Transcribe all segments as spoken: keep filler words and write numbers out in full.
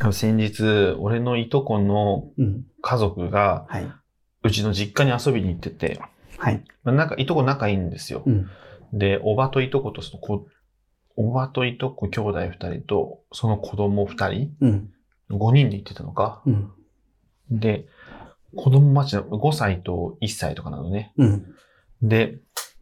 先日、俺のいとこの家族が、 うんはい、 うちの実家に遊びに行ってて、 はい。 まあ、なんかいとこ仲いいんですよ。 うん、 で、おばといとことその子、おばといとこ兄弟二人と、その子供二人、 うん、 五人で行ってたのか。 うん、 で、子供マジでごさいといっさいとかなのね。 うん、 で、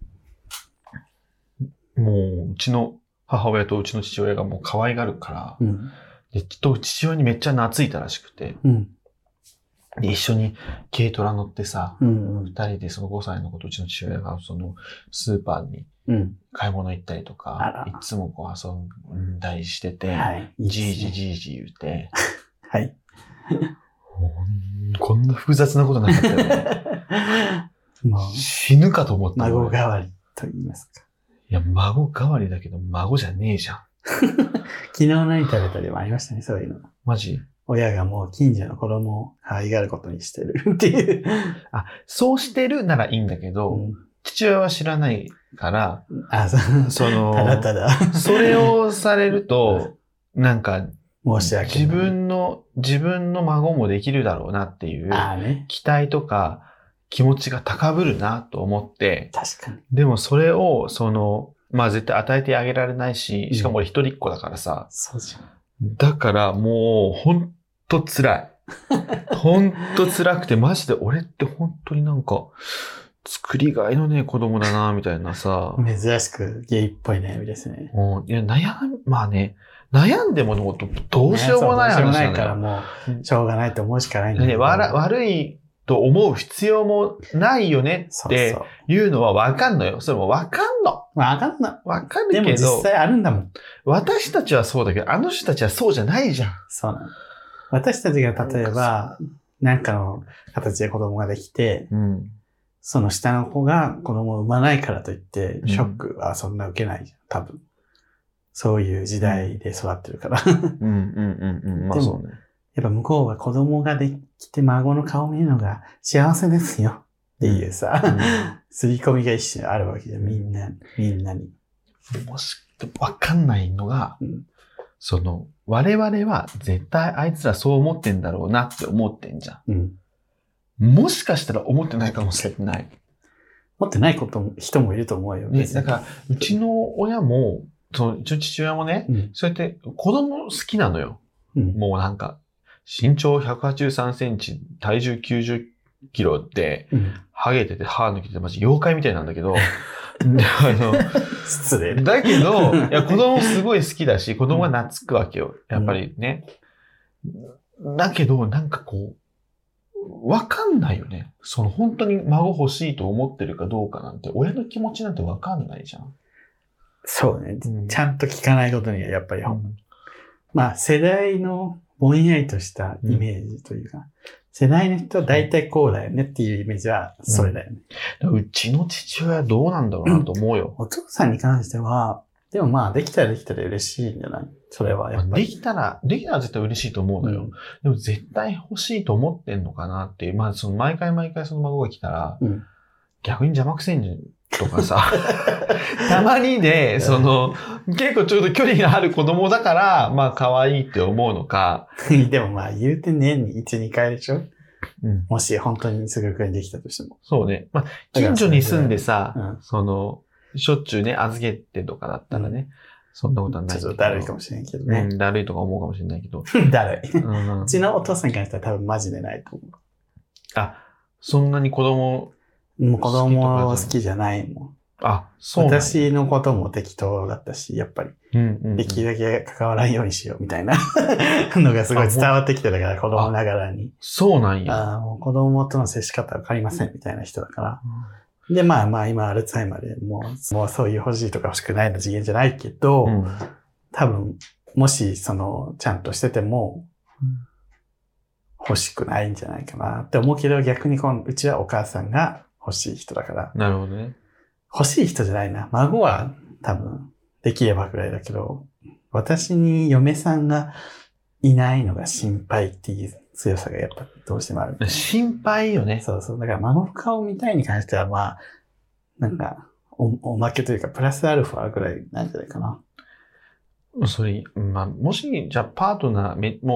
もう、うちの母親とうちの父親がもう可愛がるから、 うん、 で、きっと父親にめっちゃ懐いたらしくて、 うん、 で、一緒に軽トラ乗ってさ、 うん、 二人でそのごさいの子とうちの父親がそのスーパーに買い物行ったりとか、いつもこう遊んだりしてて、はい、じいじじいじ言うて、 はい。 こんな複雑なことなかったよね。もう死ぬかと思った。 孫代わりと言いますか。 いや、孫代わりだけど孫じゃねえじゃん。 昨日何食べたりもありましたね、そういうの。 マジ？ 親がもう近所の子供を可愛がることにしてるっていう。 あ、そうしてるならいいんだけど、うん、父親は知らないから、 あ、そ, その、ただただ。 それをされると、なんか、 申し訳ない。 自分の、自分の孫もできるだろうなっていう、期待とか気持ちが高ぶるなと思って、 確かに。 でもそれを、その、まあ絶対与えてあげられないし、しかも俺一人っ子だからさ、 うん、そうじゃん。だからもう、ほんと辛い。ほんと辛くて、マジで俺って本当になんか、作りがいのね、子供だな、みたいなさ。 珍しくゲイっぽい悩みですね。 うん、いや、悩ん、まあね、悩んでもどうしようもない話だね。 どうしようもないからもう、しょうがないと思うしかないんだけど。 ね、悪、悪いと思う必要もないよねっていうのはわかんのよ。それもわかんの。 わかんの。 わかるけど。 でも実際あるんだもん。 私たちはそうだけど、あの人たちはそうじゃないじゃん。 そうなの。私たちが例えば、なんかの形で子供ができて、うん、その下の子が子供を産まないからといって、ショックはそんな受けないじゃん、多分。そういう時代で育ってるから。 うんうんうんうん。まあそうね。 やっぱ向こうは子供ができて孫の顔を見るのが幸せですよっていうさ、刷、うん、り込みが一瞬あるわけじゃん、みんな、みんなに。 もし、わかんないのが、うん、その、我々は絶対あいつらそう思ってんだろうなって思ってんじゃん。うん、もしかしたら思ってないかもしれない。 思ってないことも、人もいると思うよ。 ね、だから、うちの親も、その、うちの父親もね、うん、そうやって子供好きなのよ。うん、もうなんか、身長ひゃくはちじゅうさんセンチ、体重きゅうじゅっキロで、うん、ハゲてて歯抜けててマジ妖怪みたいなんだけど、であの失礼。 だけど、いや子供すごい好きだし、子供が懐くわけよ。やっぱりね。うん、だけど、なんかこう、わかんないよね。その本当に孫欲しいと思ってるかどうかなんて、親の気持ちなんてわかんないじゃん。 そうね、うん。ちゃんと聞かないことにはやっぱり、うん、まあ世代のぼんやりとしたイメージというか、うん、世代の人は大体こうだよねっていうイメージはそれだよね。 うん、うちの父親はどうなんだろうなと思うよ。 うん、お父さんに関しては、でもまあできたらできたら嬉しいんじゃない？それはやっぱり。 できたら、できたら絶対嬉しいと思うのよ。うん、でも絶対欲しいと思ってんのかなっていう。まあその毎回毎回その孫が来たら、うん、逆に邪魔くせんじゃん。とかさ、たまにで、その、結構ちょうど距離がある子供だから、まあ可愛いって思うのか。 でもまあ言うて年にいち、にかいでしょ、うん、もし本当にすぐくらいにできたとしても。 そうね。まあ、近所に住んでさ、そ, うん、その、しょっちゅうね、預けてとかだったらね、うん、そんなことはないけど。 ちょっとだるいかもしれんけどね。 うん、だるいとか思うかもしれないけど。 だるい、うん。うちのお父さんに関しては多分マジでないと思う。 あ、そんなに子供、 もう子供好きじゃないもん。 あ、そうなんだ。 私のことも適当だったし、やっぱり、うんうんうん、できるだけ関わらんようにしようみたいなのがすごい伝わってきてたから、子供ながらに。 そうなんや。 あもう子供との接し方わかりませんみたいな人だから。うん、で、まあまあ今アルツハイマーでもう、もうそういう欲しいとか欲しくないの次元じゃないけど、うん、多分、もしその、ちゃんとしてても、欲しくないんじゃないかなって思うけど、逆にこのうちはお母さんが欲しい人だから。 なるほどね。 欲しい人じゃないな。孫は多分できればぐらいだけど、私に嫁さんがいないのが心配っていう強さがやっぱどうしてもある。 心配よね。 そうそう。だから孫の顔見たいに関してはまあ、なんかお、おまけというかプラスアルファぐらいなんじゃないかな。 それ、まあ、もし、じゃあパートナーめ、もう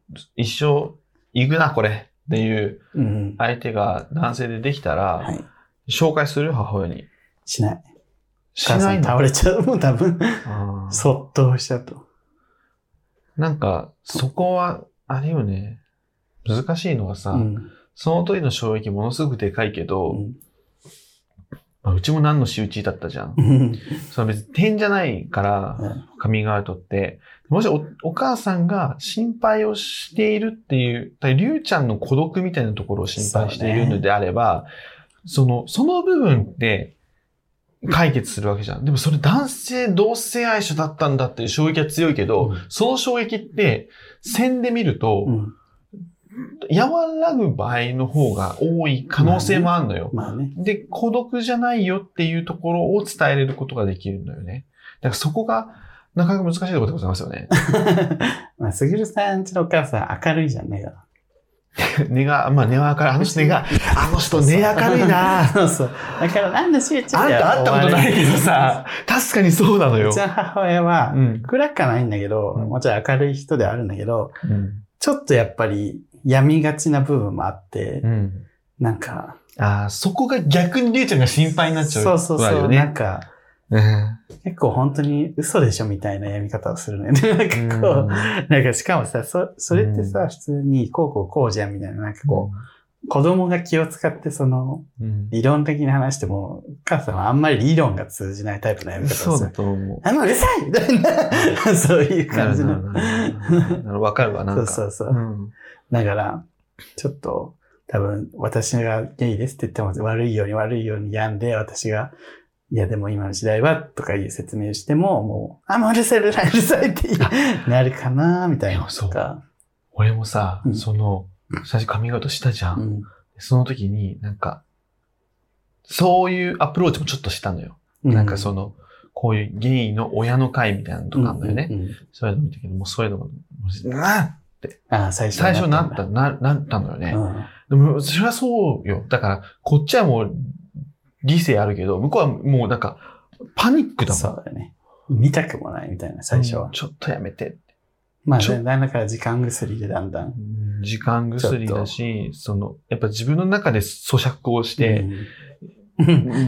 一生行くな、これっていう相手が男性でできたら、はい、紹介する母親に。 しない。 しないの。 倒れちゃうもん、多分。そっとしちゃうと。 なんか、そこは、あれよね。難しいのはさ、うん、その時の衝撃ものすごくでかいけど、うんまあ、うちも何の仕打ちだったじゃん。それは別に点じゃないから、カミングアウトって。もし お, お母さんが心配をしているっていう、りゅうちゃんの孤独みたいなところを心配しているのであれば、そ, ね、その、その部分で解決するわけじゃん。でもそれ男性同性愛者だったんだっていう衝撃は強いけど、うん、その衝撃って線で見ると、うん和らぐ場合の方が多い可能性もあるのよ。 まあね。まあね。 で、孤独じゃないよっていうところを伝えれることができるんだよね。だからそこがなかなか難しいところでございますよね。 まあ、すぐるさんちのお母さん明るいじゃん、根が。 根が、まあ根は明るい。あの人根が、あの人根明るいなそうそう。だからなんでしゅうちゃんあんた会ったことないけどさ、確かにそうなのよ。 うちの母親は、暗くはないんだけど、うん、もちろん明るい人ではあるんだけど、うん、ちょっとやっぱり、闇がちな部分もあって、うん、なんか。 ああ、そこが逆にりゅうちゃんが心配になっちゃう、ね。 そうそうそう。なんか、うん、結構本当に嘘でしょみたいな闇方をするのよね。なんかこう、うん、なんかしかもさ、そ、それってさ、うん、普通にこうこうこうじゃんみたいな、なんかこう、うん、子供が気を使ってその、うん、理論的に話しても、お母さんはあんまり理論が通じないタイプの闇方をする。 そうだと思う。 あのうるさいみたいな、そういう感じの。 わかるわ、なんか。 そうそうそう。うんだから、ちょっと、多分、私がゲイですって言っても悪いように悪いように病んで、私が、いやでも今の時代は、とかいう説明しても、もう、あ、もううるさい、うるさい、うるさいってなるかなみたいな。 そう。俺もさ、うん、その、最初カミングアウトしたじゃん。うん、その時に、なんか、そういうアプローチもちょっとしたのよ。うん、なんかその、こういうゲイの親の会みたいなのとかあるんだよね。うんうんうん、そういうの見たけど、もうそういうのも、あああ最初最初なった、な、なったのよね。うん、でも、それはそうよ。だから、こっちはもう、理性あるけど、向こうはもうなんか、パニックだもん。 そうだね。見たくもないみたいな、最初は。 うん、ちょっとやめて。 まあ、ね、だから時間薬でだんだん。 時間薬だし、その、やっぱ自分の中で咀嚼をして、うん、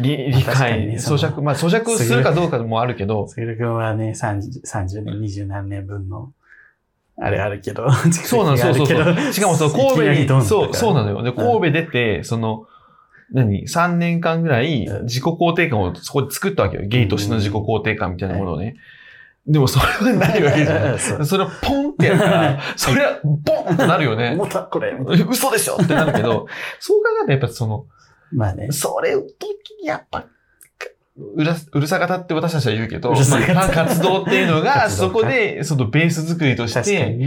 理, 理解、咀嚼、まあ咀嚼するかどうかもあるけど。 すぐるくんはね、さんじゅう、さんじゅうねん、にじゅう何年分の、あれあるけど。 そうなの、そうそうそう。しかもそう、神戸に、そう、そうなのよ。で、神戸出て、その、何 ?さんねんかんぐらい自己肯定感をそこで作ったわけよ。ゲイとしての自己肯定感みたいなものをね。でもそれはないわけじゃん。それをポンってやるから、それはポンってなるよね。 思ったこれ。 嘘でしょってなるけど、そう考えたらやっぱその、 まあね。 それ、時にやっぱ、うら、うるさ方って私たちは言うけど、まあ、活動っていうのが、そこで、そのベース作りとして、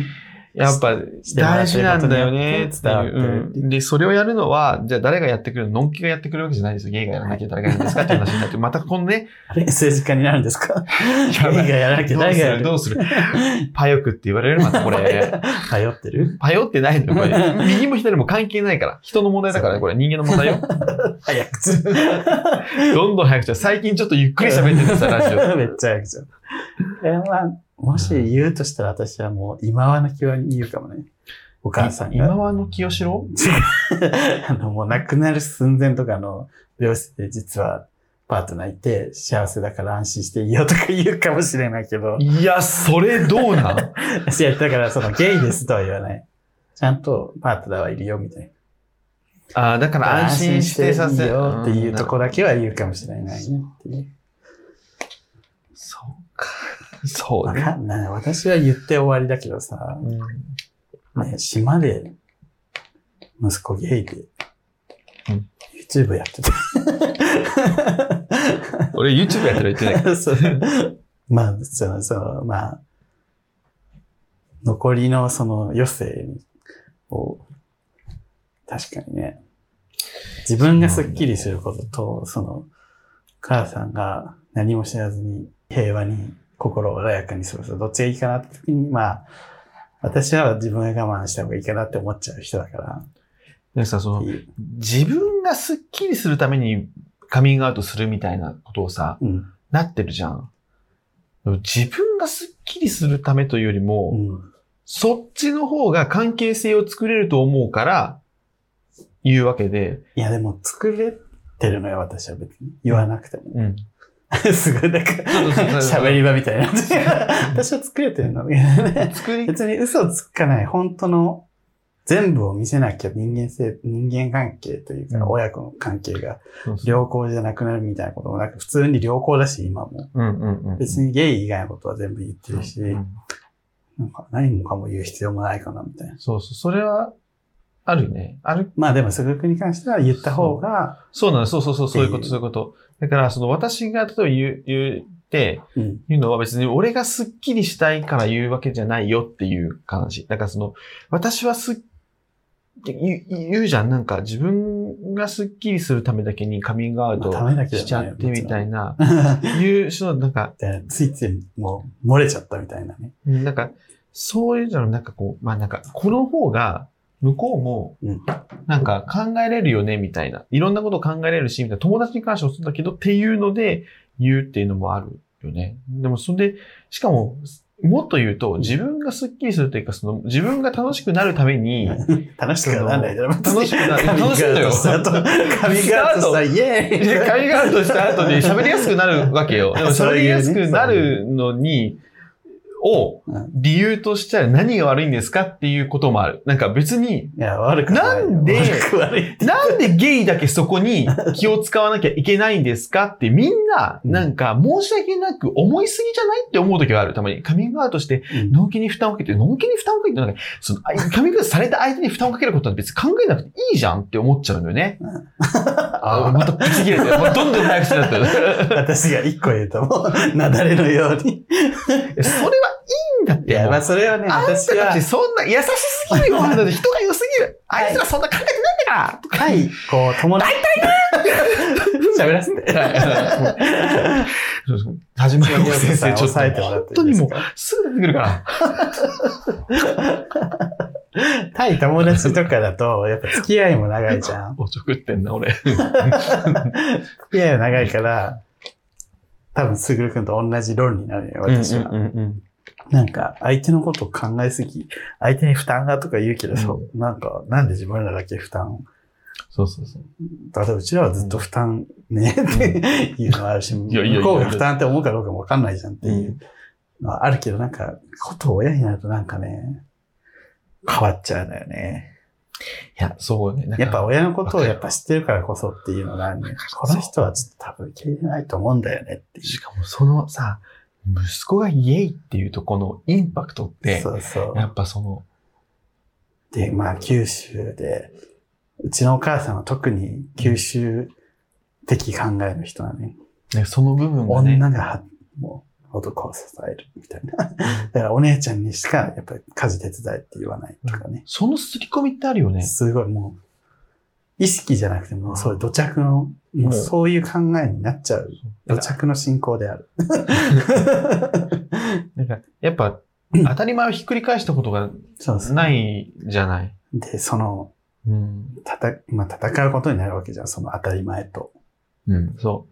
やっぱ大事なんだよねっていう、うん。で、それをやるのは、じゃあ誰がやってくるの？のんきがやってくるわけじゃないですよ。ゲイがやらなきゃ誰がやるんですかって話になって、またこのね。 あれ政治家になるんですか？ゲイがやらなきゃ誰がやる？ どうする？どうする？パヨクって言われるまたこれ。 パヨってる？ パヨってないのこれ。右も左も関係ないから。人の問題だからね、これ。人間の問題よ。 早口。 どんどん早口。最近ちょっとゆっくり喋っててさ、ラジオ。 めっちゃ早口。え、まあ、もし言うとしたら私はもう今和の清に言うかもね。お母さんが。 今和の清志郎あの、もう亡くなる寸前とかの病室で実はパートナーいて幸せだから安心していいよとか言うかもしれないけど。 いや、それどうなん？いや、だからそのゲイですとは言わない。ちゃんとパートナーはいるよみたいな。ああ、だから安心してさせるよっていうとこだけは言うかもしれないねっていう。 そうか。そうね。 私は言って終わりだけどさ、うんね、島で息子ゲイで、うん、YouTube やってた。 俺 YouTube やってる言ってない。 そうまあ、その、その、まあ、残りのその余生を、確かにね、自分がスッキリすることと、その、母さんが何も知らずに平和に心を穏やかにすると、どっちがいいかなって時に、まあ、私は自分が我慢した方がいいかなって思っちゃう人だから。 でさ、その、自分がスッキリするためにカミングアウトするみたいなことをさ、うん、なってるじゃん。自分がスッキリするためというよりも、うん、 そっちの方が関係性を作れると思うから、言うわけで。 いや、でも作れてるのよ、私は別に。言わなくても。 うん。 すごい、なんか、喋り場みたいな。私は作れてるの。作り別に嘘をつかない、本当の全部を見せなきゃ人間性、人間関係というか、うん、親子の関係が良好じゃなくなるみたいなこともなく、普通に良好だし、今も。 うんうんうん、 別にゲイ以外のことは全部言ってるし、うんうん、なんか何もかも言う必要もないかな、みたいな。 そうそう、それは、あるよね。ある。 まあでも、すぐくに関しては言った方が。 そうなの、そうそうそう、そういうこと、そういうこと。だから、その私が例えば言う、言って、うん、言うのは別に俺がスッキリしたいから言うわけじゃないよっていう話。だからその、私はスッ言う、言うじゃん。なんか自分がスッキリするためだけにカミングアウトしちゃってみたいな。いう人なんか。 ついついもう漏れちゃったみたいなね。 なんか、そういうのなんかこう、まあなんか、この方が、向こうも、なんか考えれるよね、みたいな。いろんなことを考えれるし、みたいな。友達に関してもそうだけど、っていうので言うっていうのもあるよね。でも、それで、しかも、もっと言うと、自分がスッキリするというか、その、自分が楽しくなるために、 楽しくならないじゃん。 楽しくなる。楽しいんだよ。 カミングアウトした、イェーイカミングアウトした後に喋りやすくなるわけよ。でも喋りやすくなるのに、を理由としては何が悪いんですかっていうこともある。なんか別に、 いや、悪くない。 なんで、なんでゲイだけそこに気を使わなきゃいけないんですかってみんな、なんか申し訳なく思いすぎじゃないって思う時がある。たまにカミングアウトして、脳気に負担をかけて、脳気に負担をかけて、なんか、その、カミングアウトされた相手に負担をかけることは別に考えなくていいじゃんって思っちゃうのよね。あまたプチ切れて、もうどんどん早くしなってる。 私が一個言うともう、なだれのように。 それはいいんだって。 いや、まあそれはね、 私は。あんたたちそんな優しすぎるよ。人が良すぎる。あいつらそんな考えてないんだから。 はい。こう、友達。大体喋らせて。はい。 始まりの先生、 ちょっと抑えてもらって。 本当にもう、すぐ出てくるから。 対友達とかだと、やっぱ付き合いも長いじゃん。 おちょくってんな、俺。 付き合いも長いから、多分、すぐるくんと同じ論になるよ、私は。 うんうんうんうん、 なんか、相手のことを考えすぎ、相手に負担がとか言うけど、そう、なんか、なんで自分らだけ負担そうそうそう。 例えば、うちらはずっと負担ね、っていうのはあるし、向こうが負担って思うかどうかもわかんないじゃんっていうのはあるけど、なんか、ことを親になるとなんかね、変わっちゃうんだよね。 いや、そうね。 やっぱ親のことをやっぱ知ってるからこそっていうのがあるね。この人はちょっと多分受け入れないと思うんだよねっていう。 しかもそのさ、息子がイエイっていうとこのインパクトって、そうそう。やっぱその。 で、まあ九州で、うちのお母さんは特に九州的考えの人なのね。 ね、その部分がね。 女がもう男を支えるみたいな。だからお姉ちゃんにしかやっぱり家事手伝いって言わないとかね。 その刷り込みってあるよね。 すごいもう、意識じゃなくてもそういう土着の、もうそういう考えになっちゃう。土着の信仰である。 なんかやっぱ当たり前をひっくり返したことがないじゃない。 で、その、うん、たた、まあ、戦うことになるわけじゃん。その当たり前と。 うん、そう。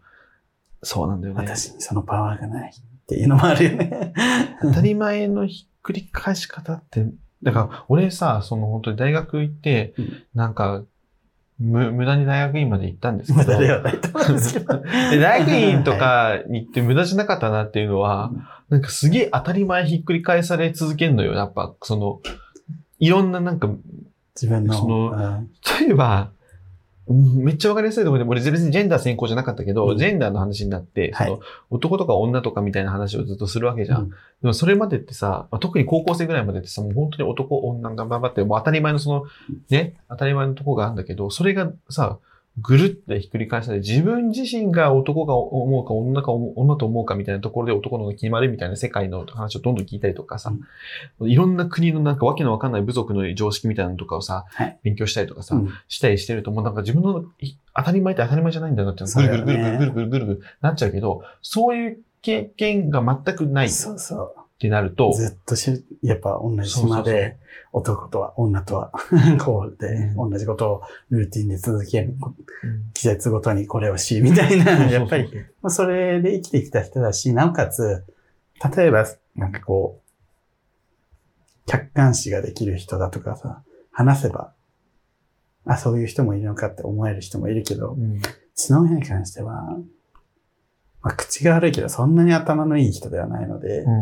そうなんだよね。 私にそのパワーがないっていうのもあるよね。 当たり前のひっくり返し方って、だから俺さ、その本当に大学行って、うん、なんか、む、無駄に大学院まで行ったんですけど。 無駄ではないと思うんですけど。 で、大学院とかに行って無駄じゃなかったなっていうのは、なんかすげえ当たり前ひっくり返され続けるのよ。やっぱ、その、いろんななんか、 自分の、 その、例えば、めっちゃわかりやすいところで、俺別にジェンダー先行じゃなかったけど、うん、ジェンダーの話になって、はい、その男とか女とかみたいな話をずっとするわけじゃん。うん、でもそれまでってさ、まあ、特に高校生ぐらいまでってさ、もう本当に男、女が頑張って、もう当たり前のその、ね、当たり前のとこがあるんだけど、それがさ、ぐるってひっくり返されて、自分自身が男が思うか女か女と思うかみたいなところで男の方が決まるみたいな世界の話をどんどん聞いたりとかさ、うん、いろんな国のなんかわけのわかんない部族の常識みたいなのとかをさ、はい、勉強したりとかさ、うん、したりしてると、もうなんか自分の当たり前って当たり前じゃないんだなってぐるぐるぐるぐるぐるぐるぐるぐるなっちゃうけど、そういう経験が全くないってなると、 ずっとし、やっぱ同じ島で男とは女とはこうで、同じことをルーティンで続ける、うん、季節ごとにこれをし、みたいな、やっぱり、まあ、それで生きてきた人だし、なおかつ、例えば、なんかこう、 客観視ができる人だとかさ、話せば、あ、そういう人もいるのかって思える人もいるけど、うん、角親に関しては、まあ、口が悪いけどそんなに頭のいい人ではないので、うん、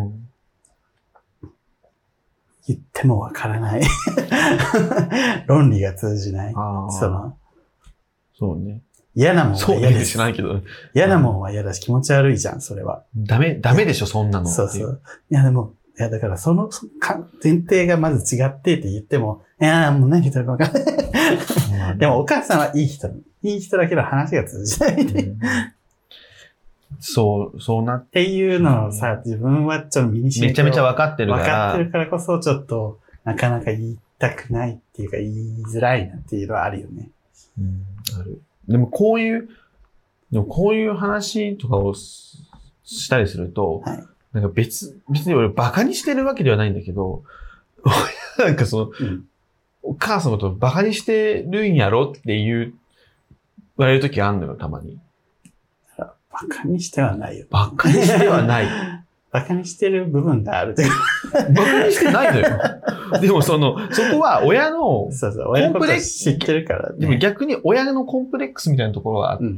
言ってもわからない。論理が通じない。その、 そうね。 嫌なもんは嫌です。 そうね、けど嫌なもんは嫌だし気持ち悪いじゃん、それは。 ダメ、ダメでしょ、そんなの。 そうそう。いや、でも、いや、だからその、前提がまず違ってって言っても、いや、もう何言ってるかわかんない。でもお母さんはいい人。いい人だけど話が通じないで、うん。 そう、そうなっていうのをさ、自分はちょっと身にしめめちゃめちゃ分かってるから。 分かってるからこそ、ちょっと、なかなか言いたくないっていうか、言いづらいなっていうのはあるよね。 うん、ある。でもこういう、でもこういう話とかをしたりすると、はい、なんか別、別に俺バカにしてるわけではないんだけど、なんかその、うん、お母さんのことバカにしてるんやろっていう、言われるときあんのよ、たまに。 バカにしてはないよ。 バカにしてはない。 バカにしてる部分があるというか。バカにしてないのよ。でもその、そこは親の、 そうそう、親のこと知ってるからね。 でも逆に親のコンプレックスみたいなところがあって、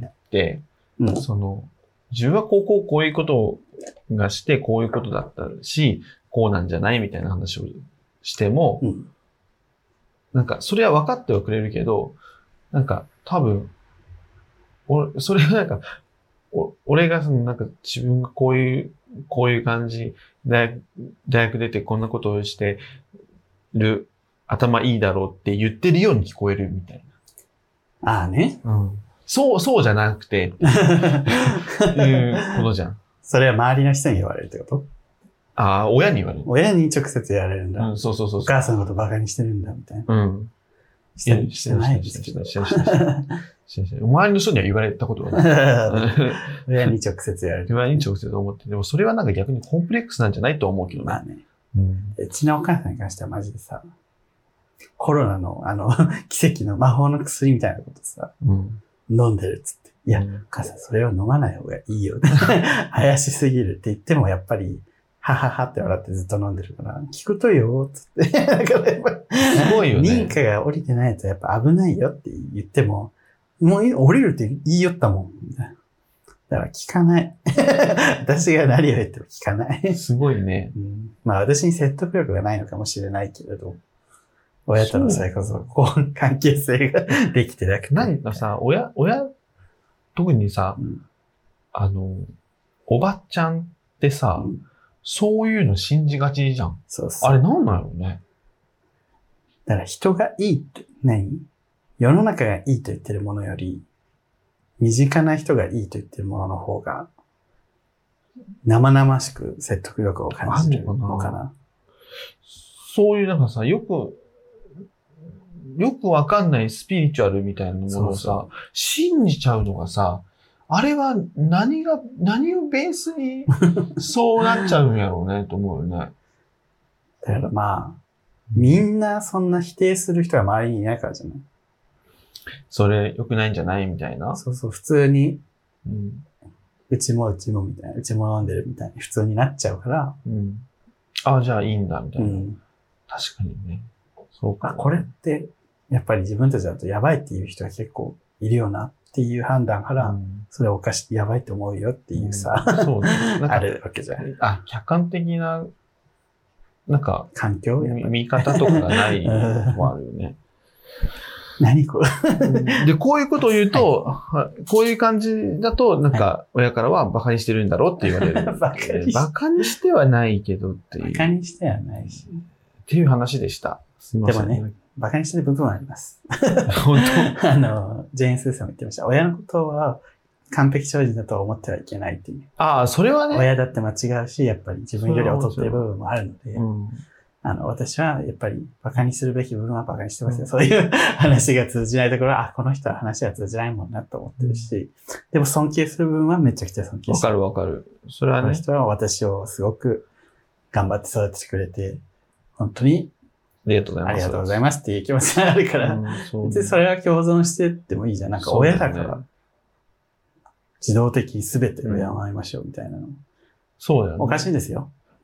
うんうん、その、自分はこうこうこういうことがして、こういうことだったし、こうなんじゃないみたいな話をしても、うん、なんか、それは分かってはくれるけど、なんか、多分、おそれがなんか、お俺がそのなんか自分がこういう、こういう感じ、大学、大学出てこんなことをしてる、頭いいだろうって言ってるように聞こえるみたいな。ああね。 うん。そう、そうじゃなくて、いうことじゃん。 それは周りの人に言われるってこと？ ああ、親に言われる。 親に直接言われるんだ。 うん、そうそうそう。お母さんのことバカにしてるんだ、みたいな。 うん。 して、してないですけど。 してない、してない。周りの人には言われたことがない。 親に直接言われる。 親に直接思って。でもそれはなんか逆にコンプレックスなんじゃないと思うけどね。 まあね。 うん。 うちのお母さんに関してはマジでさ、コロナのあの、奇跡の魔法の薬みたいなことさ、うん、飲んでるっつって。いや、うん、お母さんそれを飲まない方がいいよ。怪しすぎるって言ってもやっぱり、はははって笑ってずっと飲んでるから、聞くとよ、つって。だからやっぱすごいよね。 認可が降りてないとやっぱ危ないよって言っても、もう降りるって言いよったもん。みたいな。だから聞かない。私が何を言っても聞かない。 すごいね。 うん、まあ私に説得力がないのかもしれないけれど、親とのそれこそ、こう、関係性ができてなくて。 何かさ、親、親、特にさ、うん、あの、おばちゃんってさ、うん、そういうの信じがちじゃん。 そうそう。 あれなんなんやろうね。 だから人がいいって、何？世の中がいいと言ってるものより、身近な人がいいと言ってるものの方が、生々しく説得力を感じるのかな。 そういうなんかさ、よく、よくわかんないスピリチュアルみたいなものをさ、そうそう信じちゃうのがさ、あれは何が、何をベースにそうなっちゃうんやろうね、と思うよね。 だからまあ、みんなそんな否定する人が周りにいないからじゃない？ それ良くないんじゃないみたいな。 そうそう、普通に、うん、うちもうちもみたいな、うちも飲んでるみたいに普通になっちゃうから。 うん、ああ、じゃあいいんだ、みたいな。うん、確かにね。そうか。 これって、やっぱり自分たちだとやばいっていう人が結構いるよなっていう判断から、うん、それおかしい、やばいと思うよっていうさ、うん、そうね。なんかあるわけじゃん。 あ、客観的な、なんか、 環境見方とかがないのもあるよね。 何これで、こういうことを言うと、はい、こういう感じだと、なんか、親からはバカにしてるんだろうって言われる。 バカにバカにしてはないけどっていう。 バカにしてはないし。 っていう話でした。すみません。 でもね、バカにしてる部分はあります。 本当あの、ジェーン・スーさんも言ってました。親のことは完璧超人だとは思ってはいけないっていう。 ああ、それはね。 親だって間違うし、やっぱり自分より劣ってる部分もあるので、うん、あの、私はやっぱりバカにするべき部分はバカにしてますよ。うん、そういう話が通じないところは、あ、この人は話が通じないもんなと思ってるし、うん、でも尊敬する部分はめちゃくちゃ尊敬してる。 わかるわかる。それはね。 この人は私をすごく頑張って育ててくれて、本当にありがとうございます。 ありがとうございますっていう気持ちがあるから、うん、別にそれは共存してってもいいじゃん。なんか親だから、自動的に全てを敬いましょうみたいなの。 そうだよね。 おかしいんですよ。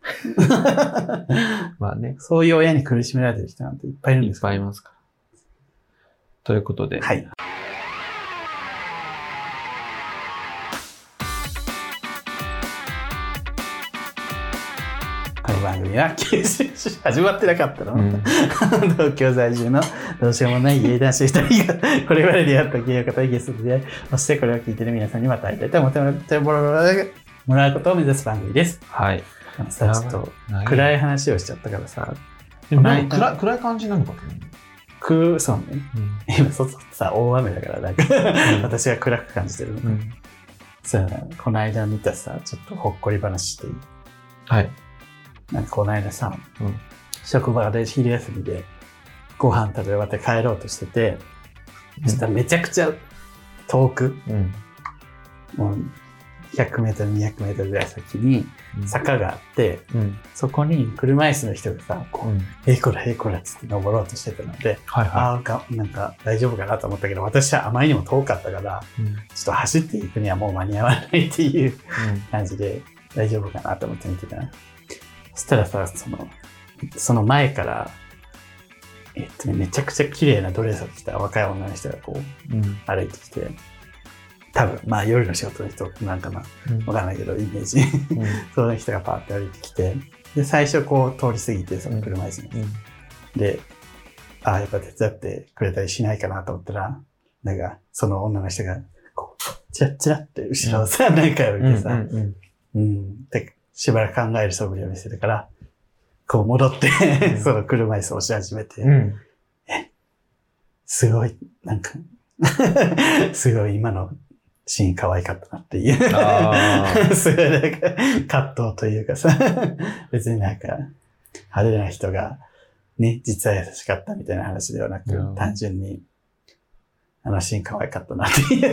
まあね。 そういう親に苦しめられてる人なんていっぱいいるんですか、いっぱいいますから。ということで。 はい。この番組は九州出始まってなかったの、うん、東京在住のどうしようもない芸男子二人がこれまで出会った芸の方にゲストで出会い、そしてこれを聞いている皆さんにまた会いたいと思ってもらうことを目指す番組です。 はい。 あのさ、ちょっと暗い話をしちゃったからさ。 でもなんか暗い、暗い感じなのかと思う。 く、そうね。うん、今、外さ、大雨だから、なんか、うん、私が暗く感じてるのか。うん、そうやな、この間見たさ、ちょっとほっこり話していい？ はい。 なんかこの間さ、うん、職場で昼休みでご飯食べ終わって帰ろうとしてて、そしたらめちゃくちゃ遠く、うん、もうひゃくメートル、にひゃくメートルぐらい先に坂があって、うん、そこに車椅子の人がさ、こう、うん、えいこらえいこらっつって登ろうとしてたので、はいはい、ああ、が、なんか大丈夫かなと思ったけど、私はあまりにも遠かったから、うん、ちょっと走っていくにはもう間に合わないっていう感じで、大丈夫かなと思って見てたな。そしたらさ、その、その前から、えっとね、めちゃくちゃ綺麗なドレスを着た若い女の人がこう、うん、歩いてきて、多分、まあ夜の仕事の人なんかな、うん、わかんないけど、イメージ。うん、その人がパーって歩いてきて、で、最初こう通り過ぎて、その車椅子に。うん、で、ああ、やっぱ手伝ってくれたりしないかなと思ったら、なんか、その女の人が、こう、チラッチラッって後ろをさ、何回も見てさ、うん、うんうん、で、しばらく考える素振りを見せてから、こう戻って、うん、その車椅子を押し始めて、うん、え、すごい、なんか、すごい今のシーン可愛かったなっていう。あすごいなんか、葛藤というかさ、別になんか、派手な人が、ね、実は優しかったみたいな話ではなく、うん、単純に、あのシーン可愛かったなっていう。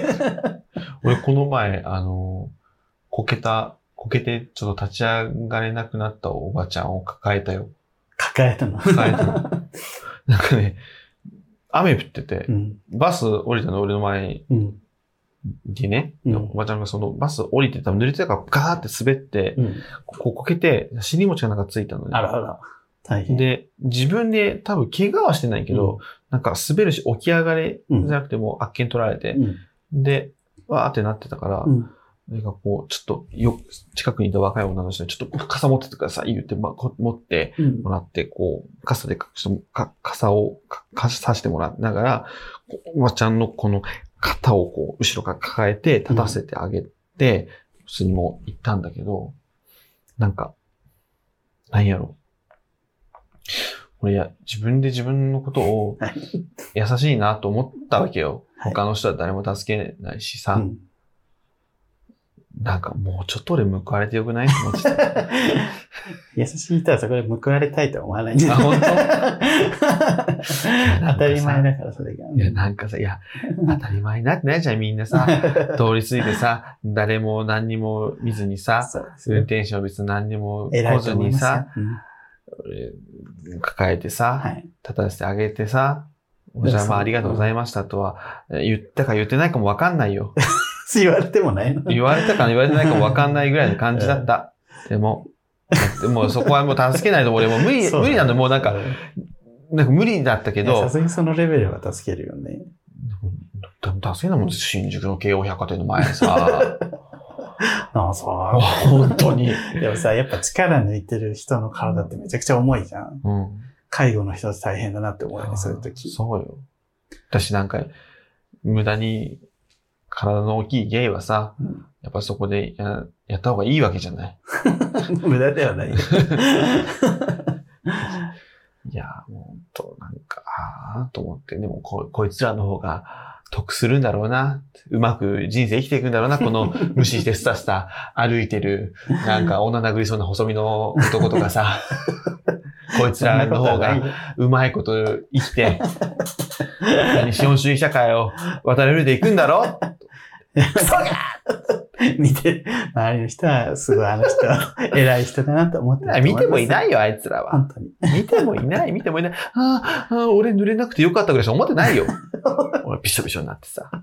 俺この前、あの、こけた、こけてちょっと立ち上がれなくなったおばちゃんを抱えたよ。 抱えたの抱えたの。なんかね、雨降ってて、うん、バス降りたの俺の前にね、うん、おばちゃんがそのバス降りて多分濡れてたからガーって滑って、うん、こうこけて尻餅がなんかついたのね。 あらあら。大変。 で、自分で多分怪我はしてないけど、うん、なんか滑るし起き上がれじゃなくてもあっけに取られて、うん、で、わーってなってたから、うんなんかこう、ちょっとよ、近くにいた若い女の人に、ちょっと傘持っててください、言って、まあ、こ持ってもらって、こう、傘でかか、傘をか、かさしてもらいながら、おばちゃんのこの肩をこう、後ろから抱えて、立たせてあげて、うん、普通にもう行ったんだけど、なんか、何やろ。俺や、自分で自分のことを優しいなと思ったわけよ。はい、他の人は誰も助けないしさ。うんなんかもうちょっと俺報われてよくないと思ってた。 優しい人はそこで報われたいとは思わないんじゃない？あ、本当？当たり前だからそれが。 いや、なんかさ、いや、当たり前になってないじゃん、みんなさ。通り過ぎてさ、誰も何にも見ずにさ、運転手も別に何にも来ずにさ、うん、抱えてさ、はい、立たせてあげてさ、お邪魔ありがとうございましたとは、言ったか言ってないかもわかんないよ。 言われてもないの言われたか言われてないかもわかんないぐらいの感じだった。でも、でもそこはもう助けないと俺もう無理、無理なんで、もうなんか、なんか無理だったけど。 さすがにそのレベルは助けるよね。 助けないもん、新宿の京王百貨店の前でさ。 ああ、そう。 本当に。 でもさ、やっぱ力抜いてる人の体ってめちゃくちゃ重いじゃん。うん、介護の人って大変だなって思うよね、そういう時。 そうよ。私なんか、無駄に、体の大きいゲイはさ、うん、やっぱそこで や, やった方がいいわけじゃない。 無駄ではない。いや、もうほんと、なんか、ああ、と思って、でもこ、こいつらの方が得するんだろうな。うまく人生生きていくんだろうな。この無視してスタスタ歩いてる、なんか女殴りそうな細身の男とかさ。こいつらの方がうまいこと生きて、何資本主義社会を渡れるでいくんだろクソが見て、周りの人はすごいあの人は偉い人だなと思って見てもいないよ、あいつらは。 本当に。 見てもいない、見てもいない。ああ、俺濡れなくてよかったぐらいしか思ってないよ。俺びしょびしょになってさ。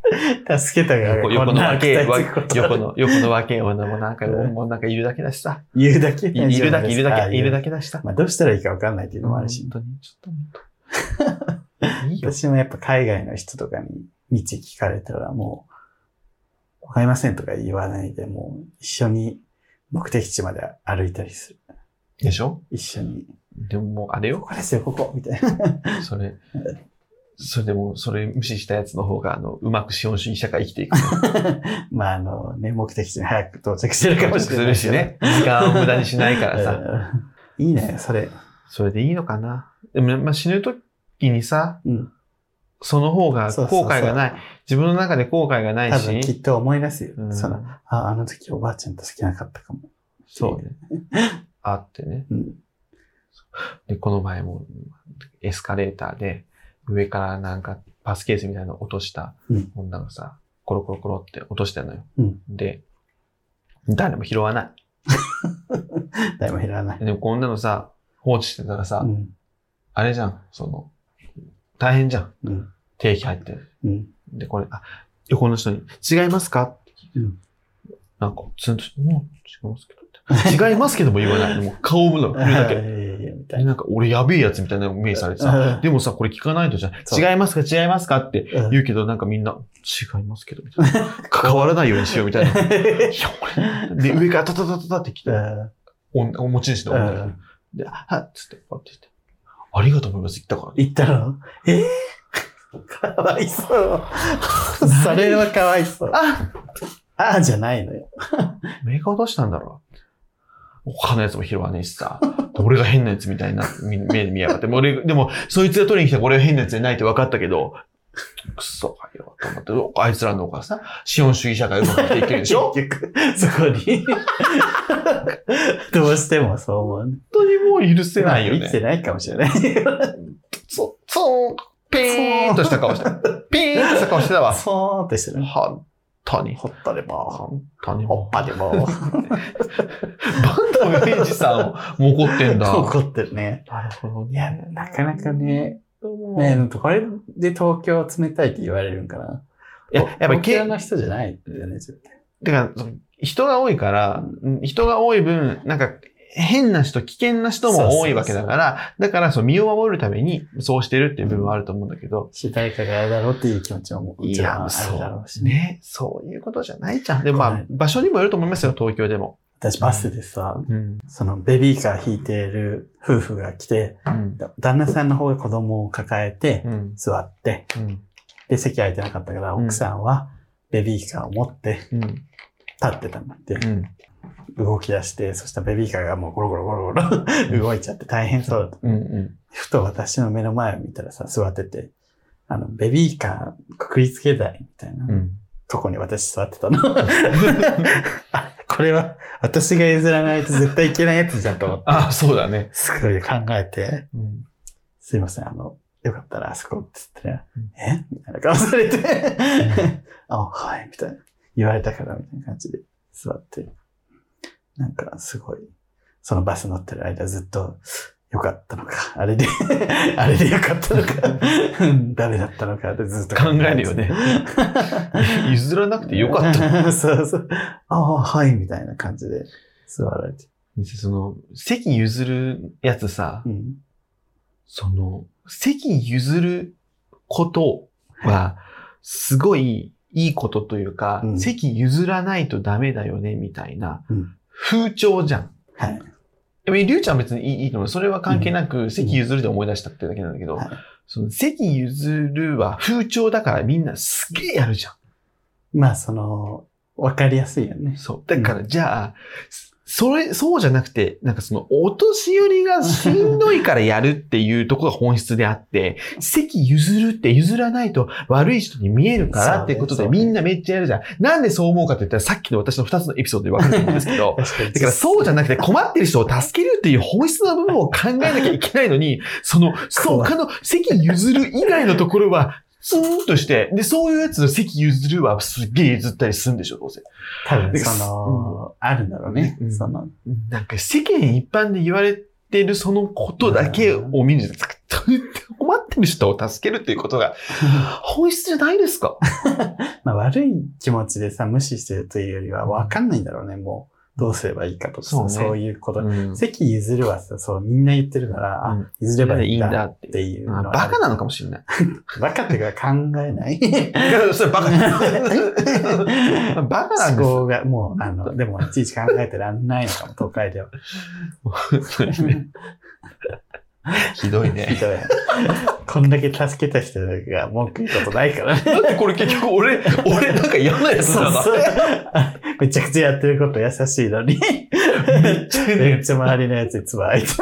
助けたが横横の若え、横の、横の若え女もなんか、もうなんかいるだけだしさ。 いるだけいるだけ、いるだけ、いるだけだしさ。 まあどうしたらいいかわかんないっていうのもあるし。 本当に、ちょっと。いいよ。 私もやっぱ海外の人とかに道聞かれたらもう、わかりませんとか言わないで、もう一緒に目的地まで歩いたりする。 でしょ？ 一緒に。 でももうあれよ。 ここですよ、ここみたいな。 それ。それでも、それ無視したやつの方が、あの、うまく資本主義社会生きていく、 ね。まあ、あの、ね、目的地に早く到着してるかもしれない。 するしね。時間を無駄にしないからさ。 いいね、それ。 それでいいのかな。でも、まあ、死ぬ時にさ、 うん、 その方が後悔がない。そうそうそう、自分の中で後悔がないし。 多分きっと思い出すよ。 うん、 その、あ、あの時おばあちゃんと好きなかったかも。 そうね。あってね、 うん。 で、この前もエスカレーターで、上からなんかパスケースみたいなの落とした女がさ、うん、コロコロコロって落としてんのよ。 うん、 で、誰も拾わない。 誰も拾わない。 でもこんなのさ、放置してたらさ、 うん、 あれじゃん、その、大変じゃん。 うん、 定期入ってる。 うん、 で、これ、あ、横の人に、違いますかって聞いて、うん、なんか、つんと、もう違いますけど。違いますけども言わない。もう顔を見るだけ。で、なんか俺やべえやつみたいな目されてさ、でもさ、これ聞かないとじゃん。違いますか違いますかって言うけど、なんかみんな、違いますけど、みたいな。関わらないようにしようみたいな。いや、俺、で、上からタタタタタって来て、お、お持ち主の女の子。で、はっつって、パッて言って、ありがとうございます、言ったから。 言ったの？えぇ、かわいそう。それはかわいそう。ああじゃないのよ。 メーカー落としたんだろう。他のやつも拾わねえしさ。俺が変なやつみたいな目で見やがって。俺、でも、そいつが取りに来た俺が変なやつじゃないって分かったけど、くそかよ、と思って、あいつらの方がさ、資本主義社会うまくいっていけるでしょ結局、そこに。どうしてもそう思う。 本当にもう許せないよね。 生きてないかもしれない。 そ、そーん、ピーンとした顔してピーンとした顔してたわ。 そーんとしてる。 本当に。 ほったれば。 本当にほっぱでも。 バンドの明治さんも怒ってんだ。 怒ってるね。 なるほどね。 いや、なかなかね。ねえ、これで東京冷たいって言われるんかな。いや、やっぱり東京の人じゃないよね、絶対。 だから、人が多いから、うん、人が多い分、なんか、変な人、危険な人も多いわけだから、そうそうそう、だからその身を守るためにそうしてるっていう部分はあると思うんだけど。 主題歌が嫌だろうっていう気持ちももちろんあるだろうしね。 ね。そういうことじゃないじゃん。でもまあ、場所にもよると思いますよ、東京でも。 私バスでさ、 うん、そのベビーカー引いてる夫婦が来て、うん、旦那さんの方が子供を抱えて、座って、うん、で、席空いてなかったから、奥さんはベビーカーを持って、立ってたんだって。うん動き出して、そしたらベビーカーがもうゴロゴロゴロゴロ動いちゃって大変そうだった、うんうん。ふと私の目の前を見たらさ、座ってて、あの、ベビーカーくくりつけたいみたいな、うん、とこに私座ってたの。あ、これは私が譲らないと絶対いけないやつじゃんと思って。 あ、そうだね。 すごい考えて、うん、すいません、あの、よかったらあそこって言って、うん、えみたいな顔されて、あ、はい、みたいな。言われたからみたいな感じで座って。なんか、すごい、そのバス乗ってる間ずっと、良かったのか、あれで、あれで良かったのか、ダメだったのかってずっと考えるよね。譲らなくて良かったそうそう。ああ、はい、みたいな感じで座られて。 その、席譲るやつさ、うん、その、席譲ることは、すごいいいことというか、うん、席譲らないとダメだよね、みたいな。うん風潮じゃん。 はい。 でも、りゅうちゃんは別にいいと思う。それは関係なく、うん、席譲るで思い出したってだけなんだけど、はい、その席譲るは風潮だからみんなすげえやるじゃん。 まあ、その、わかりやすいよね。 そう。だから、じゃあ、うん、それ、そうじゃなくて、なんかその、お年寄りがしんどいからやるっていうところが本質であって、席譲るって譲らないと悪い人に見えるからっていうことでみんなめっちゃやるじゃん。なんでそう思うかって言ったらさっきの私の二つのエピソードでわかると思うんですけど、だからそうじゃなくて困ってる人を助けるっていう本質の部分を考えなきゃいけないのに、その、そう、他の席譲る以外のところは、スーンとして、で、そういうやつの席譲るはすっげえ譲ったりするんでしょ、どうせ。 多分、その、うん、あるんだろうね。うん、その、 なんか世間一般で言われてるそのことだけを見るんですか、困ってる人を助けるっていうことが本質じゃないですか。 まあ悪い気持ちでさ、無視してるというよりは分かんないんだろうね、もう。どうすればいいかとかさ、そう、ね、そういうこと。うん、席譲るはさ、そう、みんな言ってるから、うん、あ、譲ればいいんだっていうのは。 バカなのかもしれない。 バカっていうか考えないそれバカバカなんです思考が、もう、あの、でもいちいち考えてらんないのかも、都会では。 ひどいね。 ひどい。こんだけ助けた人が文句言うことないからね。 だってこれ結局俺、俺なんか嫌なやつだな。 そうそうめちゃくちゃやってること優しいのに。めっちゃ、めっちゃ周りのやついつもあいつ。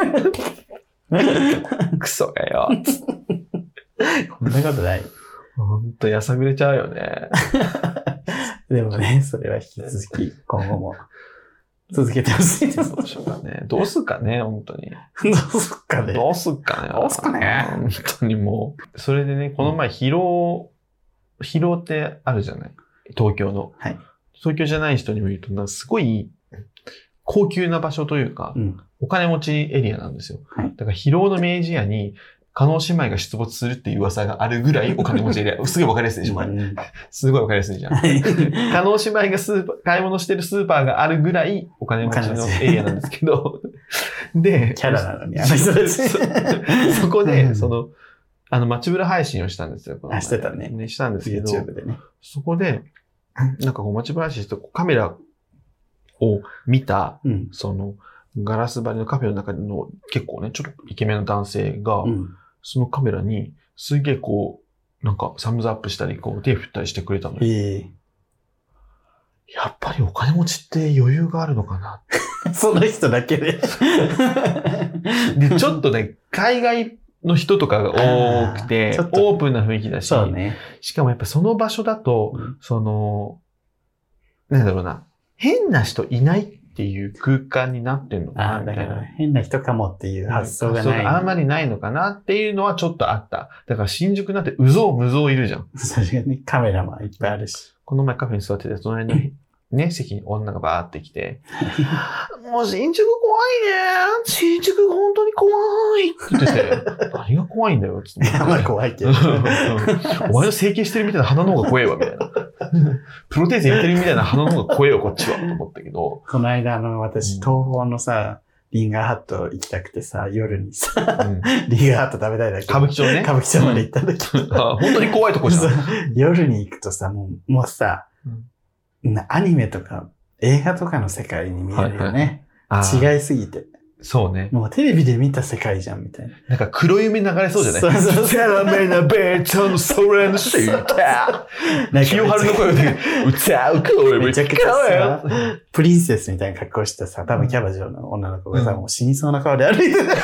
クソがよ。 こんなことない。 ほんとやさぐれちゃうよね。 でもね、それは引き続き今後も続けてほしいです。 どうしようかね。どうすっかね、本当に。 どうすっかね。 どうすっかね。 どうすっかね。 本当にもう。それでね、この前、疲労、疲労ってあるじゃない？東京の。 はい。 東京じゃない人にも言うと、すごい高級な場所というか、うん、お金持ちエリアなんですよ。 はい。 だから疲労の明治屋に、加納姉妹が出没するっていう噂があるぐらいお金持ちエリア。すごいわかりやすいでしょ、これ。すごいわかりやすいじゃん。加納姉妹がスーパー、買い物してるスーパーがあるぐらいお金持ちのエリアなんですけど。で、 キャラなのに、あの人たち。 そこで、その、あの、街ぶら配信をしたんですよ。 あ、してたね。 ね、したんですけど、 YouTube でね。 そこで、なんかこう街ぶら配信してカメラを見た、うん、その、ガラス張りのカフェの中の結構ね、ちょっとイケメンの男性が、うんそのカメラに、すげえこう、なんかサムズアップしたり、こう手振ったりしてくれたのよ。 えー、やっぱりお金持ちって余裕があるのかなその人だけで。 で、ちょっとね、海外の人とかが多くて、オープンな雰囲気だし、 そうね、 しかもやっぱその場所だと、うん、その、なんだろうな、変な人いないっていう空間になってるのかなみたいな。 ああ、だから変な人かもっていう発想がない。 があんまりないのかなっていうのはちょっとあった。だから新宿なんてうぞうむぞういるじゃん。 確かにカメラもいっぱいあるし。 この前カフェに座ってて、隣のね、席に女がバーって来て、もう新宿怖いね。新宿本当に怖いって言ってて、何が怖いんだよって言って。 いや、まあ怖いけど。 お前の整形してるみたいな鼻の方が怖えわ、みたいな。プロテーゼ入れてるみたいな鼻の方が怖えわ、こっちは、と思ったけど。 この間、あの、私、東宝のさ、リンガーハット行きたくてさ、夜にさ、うん、リンガーハット食べたいだけど。 歌舞伎町ね。 歌舞伎町まで行ったんだけど。 あ、本当に怖いとこじゃん。 夜に行くとさ、もう、もうさ、うん、アニメとか映画とかの世界に見えるよね。はいはい、違いすぎて。 そうね。 もうテレビで見た世界じゃん、みたいな。 なんか黒夢流れそうじゃない？ そうそうそう。 ダメなベートの空のシーター。清春の声で歌う声めちゃくちゃさ、プリンセスみたいな格好してさ、多分キャバ嬢の女の子がさ、うん、もう死にそうな顔で歩いてた。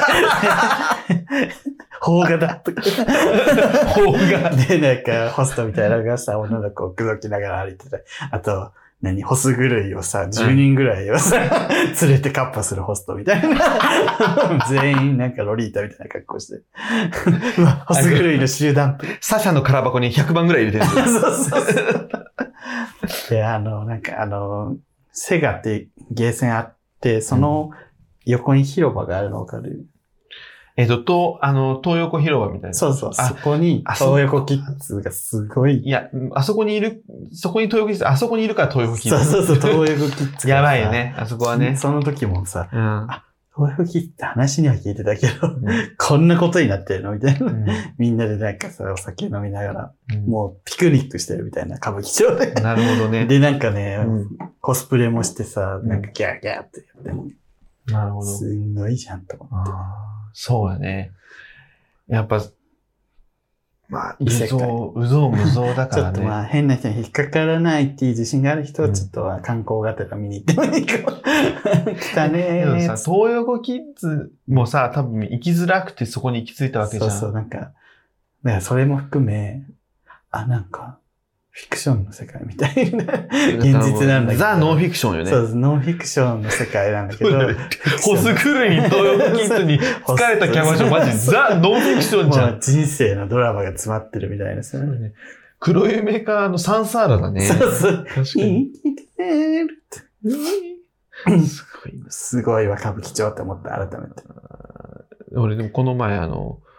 邦画だとか。 邦画で、なんか、ホストみたいなのがさ、女の子を口説きながら歩いてた。あと、何ホス狂いをさ、じゅうにんぐらいをさ、うん、連れてカッパするホストみたいな。全員なんかロリータみたいな格好して。うわ、ホス狂いの集団。 サシャの空箱にひゃくばんぐらい入れてる。 そうそうそう。で、あの、なんかあの、セガってゲーセンあって、その横に広場があるのわかる？ えっと、と、あの、東横広場みたいな。 そうそう。そこに、東横キッズがすごい。 いや、あそこにいる、そこに東横キッズ、あそこにいるから東横キッズ。 そうそうそう、東横キッズ。 やばいよね、あそこはね。 その時もさ、 うん、 あ、東横キッズって話には聞いてたけど、うん、こんなことになってるのみたいな、うん。みんなでなんかさ、お酒飲みながら、うん、もうピクニックしてるみたいな歌舞伎町で。 なるほどね。 で、なんかね、うん、コスプレもしてさ、なんかギャーギャーってやっても、 なるほど。 すんごいじゃんと思って。 そうだね。やっぱ、まあ、うぞう、うぞうむぞうだからね。 ちょっとまあ、変な人に引っかからないっていう自信がある人は、ちょっと観光がてら見に行ってもいいかも。来たねー。 でもさ、東横キッズもさ、多分行きづらくてそこに行き着いたわけじゃん。 そうそう、なんか、だからそれも含め、あ、なんか、フィクションの世界みたいな現実なんだけど。 ザ・ノンフィクションよね。 そう、ノンフィクションの世界なんだけど。 ホス狂いに東横キッズに疲れたキャバ嬢、マジザ・ノンフィクションじゃん。 人生のドラマが詰まってるみたいなさ。 黒夢かのサンサーラだね。 そうそう。 確かに。 生きてるって。すごい。すごいわ、歌舞伎町って思った、改めて。 俺でもこの前あの、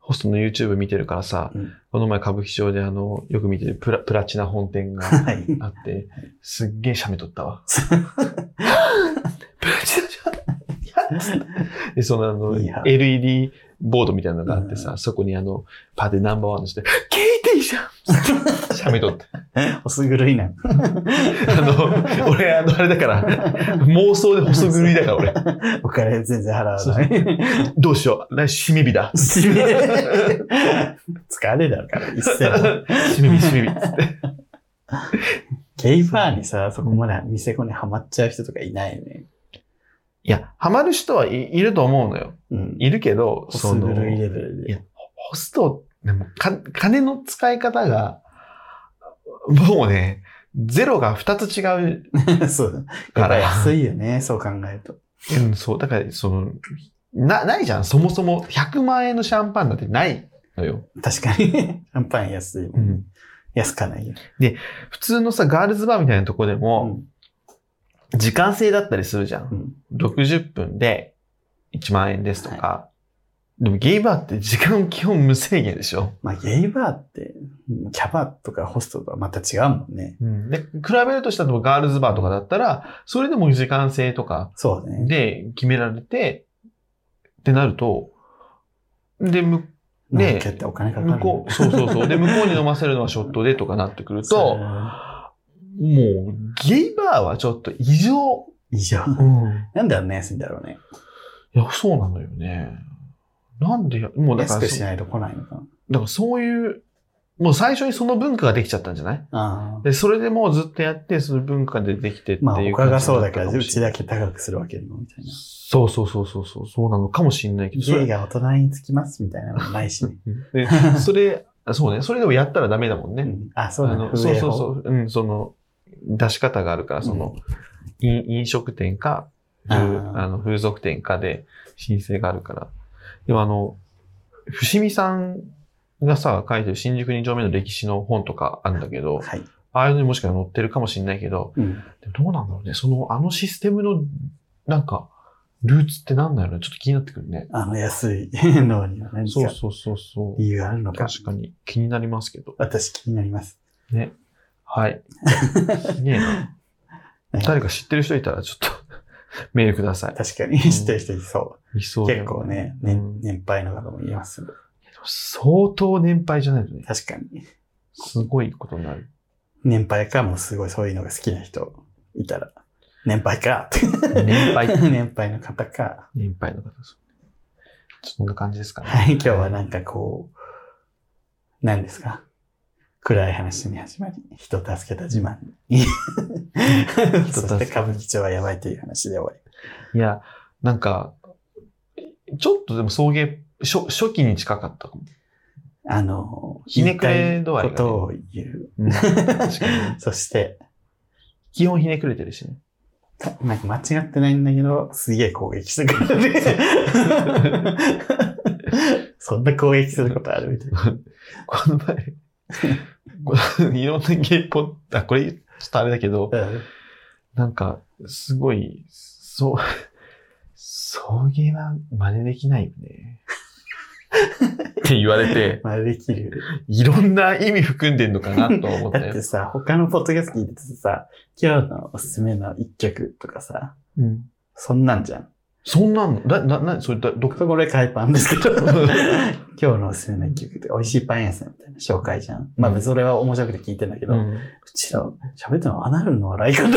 ホストの YouTube 見てるからさ、うん、この前歌舞伎町であの、よく見てるプラ、プラチナ本店があって、はい、すっげえ写メ撮ったわ。プラチナじゃんで、そのあの、いい エルイーディー ボードみたいなのがあってさ、うん、そこにあの、パーでナンバーワンのして、ケイティじゃん写メ撮って。 細狂いな。あの、俺、あの、あれだから、妄想で細狂いだから、俺。 お金全然払わない。 どうしよう。来週、締め日だ。 締め日。疲れだから、一銭も。 締め日、締め日。つって。 ゲイバーにさ、そこまで店子にハマっちゃう人とかいないよね。 いや、ハマる人はい、いると思うのよ。うん、いるけど、 その、レベルで。 いや、ホスト、でもか、金の使い方が、もうね、ゼロが二つ違う。 そう。から安いよね、そう考えると。 うん、そう。だから、その、な、ないじゃん。そもそもひゃくまんえんのシャンパンなんてないのよ。 確かに。シャンパン安いもん、ね。うん、安かないよ。 で、普通のさ、ガールズバーみたいなとこでも、うん、時間制だったりするじゃん。うん、ろくじゅっぷんでいちまんえんですとか。はい、でもゲイバーって時間基本無制限でしょ。 まあゲイバーって、キャバとかホストとはまた違うもんね。 うん、で、比べるとしたらガールズバーとかだったら、それでも時間制とかで決められて、ってなると、で、む、で、 お金かかる向こう、そうそうそう。で、向こうに飲ませるのはショットでとかなってくると、もう、ゲイバーはちょっと異常。 異常。うん、なんであんな安いんだろうね。 いや、そうなのよね。なんで、もうだから。 安くしないと来ないのかな。 だからそういう、もう最初にその文化ができちゃったんじゃない？あで、それでもうずっとやって、その文化でできてっていう感じ。 まあ他がそうだから、うちだけ高くするわけでもみたいな。 そうそうそうそうそう、そうなのかもしれないけど。 家が大人につきますみたいなのもないし、ね。 で、それ、そうね、それでもやったらダメだもんね。うん、 あ、そうなの。 そうそうそう、うん、その、出し方があるから、その、うん、飲食店か、あの、風俗店かで申請があるから。でもあの、伏見さんがさ、書いてる新宿に丁目の歴史の本とかあるんだけど、はい、ああいうのにもしかしたら載ってるかもしれないけど、うん、でもどうなんだろうね。その、あのシステムの、なんか、ルーツってなんだろうね。ちょっと気になってくるね。 あの安いのには何かそうそうそうそう。 理由があるのか。 確かに気になりますけど。 私気になります。 ね。はい。すげえな。誰か知ってる人いたらちょっとメールください。 確かに知ってる人いそう。 いそう。 結構ね、ね、うん、年配の方もいますので。 相当年配じゃないとね。 確かに。 すごいことになる。 年配かもすごいそういうのが好きな人いたら。年配か。 年配。 年配の方か。 年配の方です。そんな感じですかね。 はい、今日はなんかこう、何ですか。暗い話に始まり、人助けた自慢に。そして歌舞伎町はやばいという話で終わり。いや、なんか、ちょっとでも送迎、初、初期に近かったかも。 あの、 ひねくれ度合いが、ね。 ことを言う。 うん、確かに。 そして、 基本ひねくれてるしね。 なんか間違ってないんだけど、すげえ攻撃してくるね。そんな攻撃することあるみたいな。 この前、いろんなゲイポッ、あ、これちょっとあれだけど、うん、なんか、すごい、そう、送迎は真似できないよね。って言われて、 真似できる。 いろんな意味含んでんのかなと思って。 だってさ、他のポッドキャスト聞いててさ、今日のおすすめの一曲とかさ、うん、そんなんじゃん。 そんなんのな、な、な、それだ、どここれ海パンですけど、今日のおすすめの一曲って美味しいパン屋さんみたいな紹介じゃん。うん、まあ、それは面白くて聞いてんだけど、うん、うちの喋ってるのアナルの洗い方。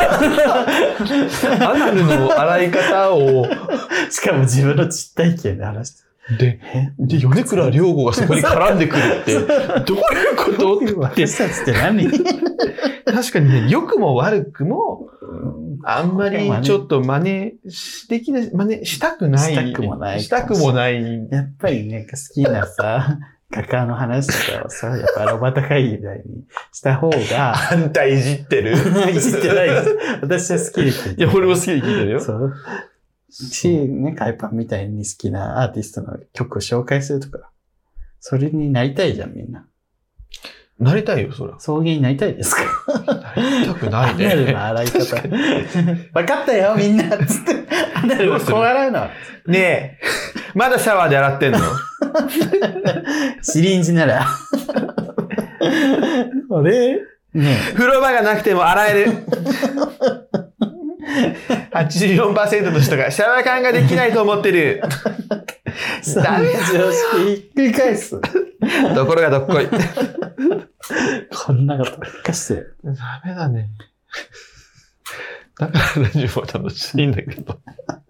アナルの洗い方を、 しかも自分の実体験で話してで、で、米倉涼子がそこに絡んでくるって、どういうことって。 私たちって何確かにね、良くも悪くも、あんまりちょっと真似できない、真似したくない。 したくもない。 したくもない。 やっぱりね、好きなさ、画家の話とかをさ、やっぱロバタ会議みたいにした方が。 あんたいじってるいじってないです。私は好きで聞いてる。 いや、俺も好きで聞いてるよ。 そう。し、ね、カイパンみたいに好きなアーティストの曲を紹介するとか、それになりたいじゃん、みんな。 なりたいよ、それは。 送迎になりたいですか？ なりたくないね。 アナルの洗い方。分かったよ、みんな。つって。アナルをこう洗うの。 ねえ、まだシャワーで洗ってんの？ シリンジなら。あれねえ。風呂場がなくても洗える。はちじゅうよんパーセント の人がシャワー感ができないと思ってる。 ダメ常識ひっくり返す。 ところがどっこい。 こんなことばっかしてる。 ダメだね。だからラジオは楽しいんだけど。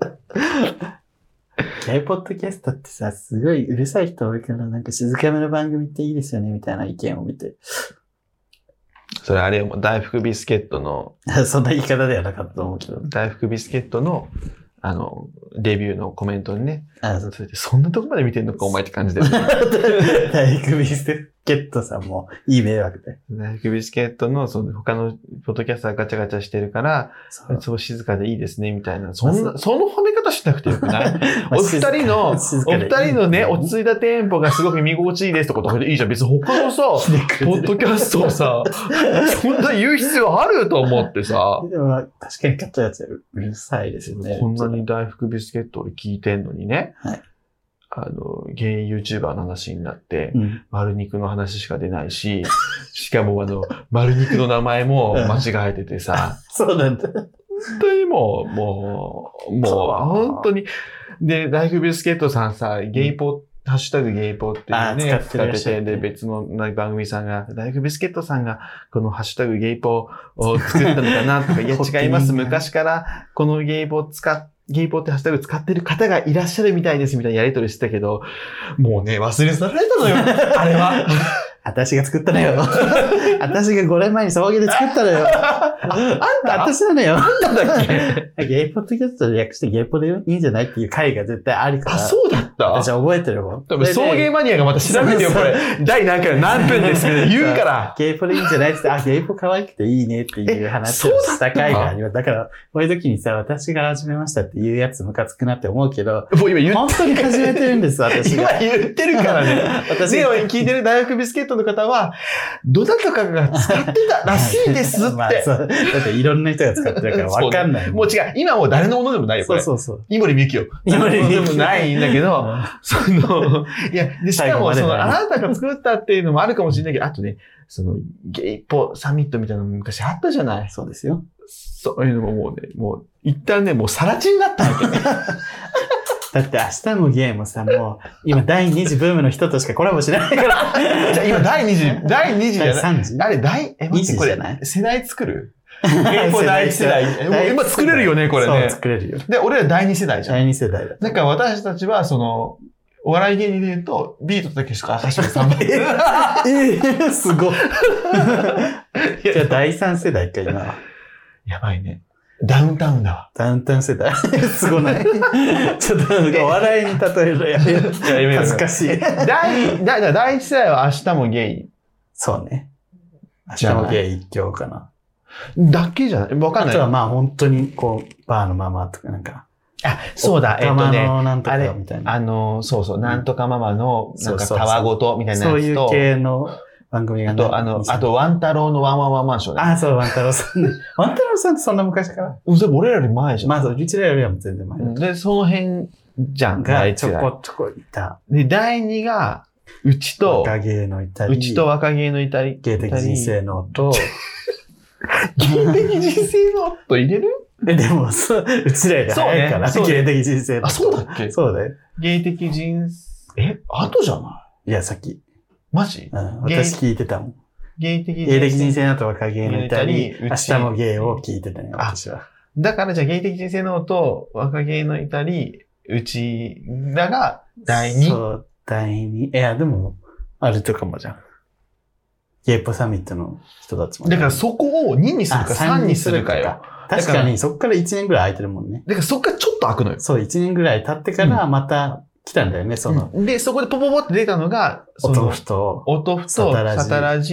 ゲイポッドキャストってさ、すごいうるさい人多いから、なんか静かめの番組っていいですよね、みたいな意見を見て。 それあれよ、大福ビスケットの。 そんな言い方ではなかったと思うけど。 大福ビスケットの、あの、レビューのコメントにね。 あそそれでそんなとこまで見てんのか、お前って感じで。 大福ビスケットさんもいい迷惑で。 大福ビスケットの、その他のポッドキャスターガチャガチャしてるから、そう、そう静かでいいですね、みたいな。そんな、その褒め方しなくてよくないお二人の、お二人のね、落ち着いたテンポがすごく見心地いいですとかとかでいいじゃん。別に他のさ、ポッドキャストをさ、そんな言う必要あると思ってさ。 でも確かに買ったやつうるさいですよね。 こんなに大福ビスケットを聞いてんのにね。はい。あの、ゲイ YouTuber の話になって、うん、丸肉の話しか出ないし、しかもあの、丸肉の名前も間違えててさ。 そうなんだ。 本当にもう、もう、もう、本当に。で、大福ビスケットさんさ、ゲイポ、ハッシュタグゲイポっていうね、使ってて、で、別の番組さんが、大福ビスケットさんが、このハッシュタグゲイポを作ったのかなとか、いや違います。昔からこのゲイポを使って、ゲイポってハッシュタグ使ってる方がいらっしゃるみたいですみたいなやりとりしてたけど、もうね、忘れ去られたのよ。あれは。 私が作ったのよ。私がごねんまえに送迎で作ったのよ。あんた私なのよ。あんただっけゲイポッドキャストで略してゲイポでいいんじゃないっていう回が絶対あるから。 あ、そうだった私は覚えてるもん。 多分送迎マニアがまた調べてよ、これ。第何回何分ですけど言うから。 ゲイポでいいんじゃないって、あ、ゲイポ可愛くていいねっていう話をした回があります。だから、こういう時にさ、私が始めましたっていうやつムカつくなって思うけど、もう今言本当に始めてるんです、私が。 今言ってるからね。私が聞いてる大学ビスケットの方は、どなたかが使ってたらしいですって。まあ、 そう。だっていろんな人が使ってるから分かんない。 もう違う。今もう誰のものでもないよ、これ。 そうそうそう。 井森美幸よ。 井森美幸でもないんだけど、その、いや、で、しかも、その、あなたが作ったっていうのもあるかもしれないけど、あとね、その、ゲイポサミットみたいなの昔あったじゃない。 そうですよ。 そういうのももうね、もう、一旦ね、もうさら地になったわけね。 だって明日もゲームさ、もう、今第二次ブームの人としかコラボしないから。 じゃあ今第二次、第二次じゃない。 第三次あれ、第、え、待って、これ、世代作るゲイポ第一世代。今作れるよね、これね。 そう、作れるよ。 で、俺ら第二世代じゃん。 第二世代だ。 だから私たちは、その、お笑い芸人で言うと、ビートたけしか朝日さんまで。 ええ、すごい。じゃあ第三世代か、今は。 やばいね。ダウンタウンだわ。 ダウンタウン世代。すごない。ちょっとなんか笑いに例えるのやめよう。恥ずかしい。 第、第、第一世代は明日もゲイ。 そうね。明日もゲイ一強かな。 だけじゃないわかんない。 あとはまあ本当にこう、バーのママとかなんか。 あ、そうだ、えっとね。 なんとかみたいな。 あの、そうそう、なんとかママの、なんか、たわごとみたいなやつと。 そういう系の番組が、 あと、あの、あと、ワン太郎のワンワンワンマンションね。 あ、そう、ワン太郎さんね。ワン太郎さんってそんな昔からうん、それ俺らより前じゃん。 まず、うちらよりは全然前。 で、その辺じゃん。 が、ちょこちょこいた。 で、第二が、うちと、 若芸のいたり。 うちと若芸のいたり。 芸的人生のと、 芸的人生のと入れるえ、でも、そう、うちらより早いから、芸的人生の。 あ、そうだっけそうだよ。 芸的人生、え、後じゃないいや、さっき。 マジうん、私聞いてたもん。 芸的人生。芸的人生のと若芸のいたり、明日も芸を聞いてたよ、私は。 だからじゃあ芸的人生のと若芸のいたり、うちらが第二。 そう、第二。いや、でも、あれとかもじゃん。ゲイポサミットの人たちも。 だからそこをににするかさんにするかよ。 確かに、そっからいちねんぐらい空いてるもんね。 だからそっからちょっと空くのよ。 そう、いちねんぐらい経ってからまた来たんだよね、その。 で、そこでポポポって出たのが、 おとふと、 おとふと、サタラジ、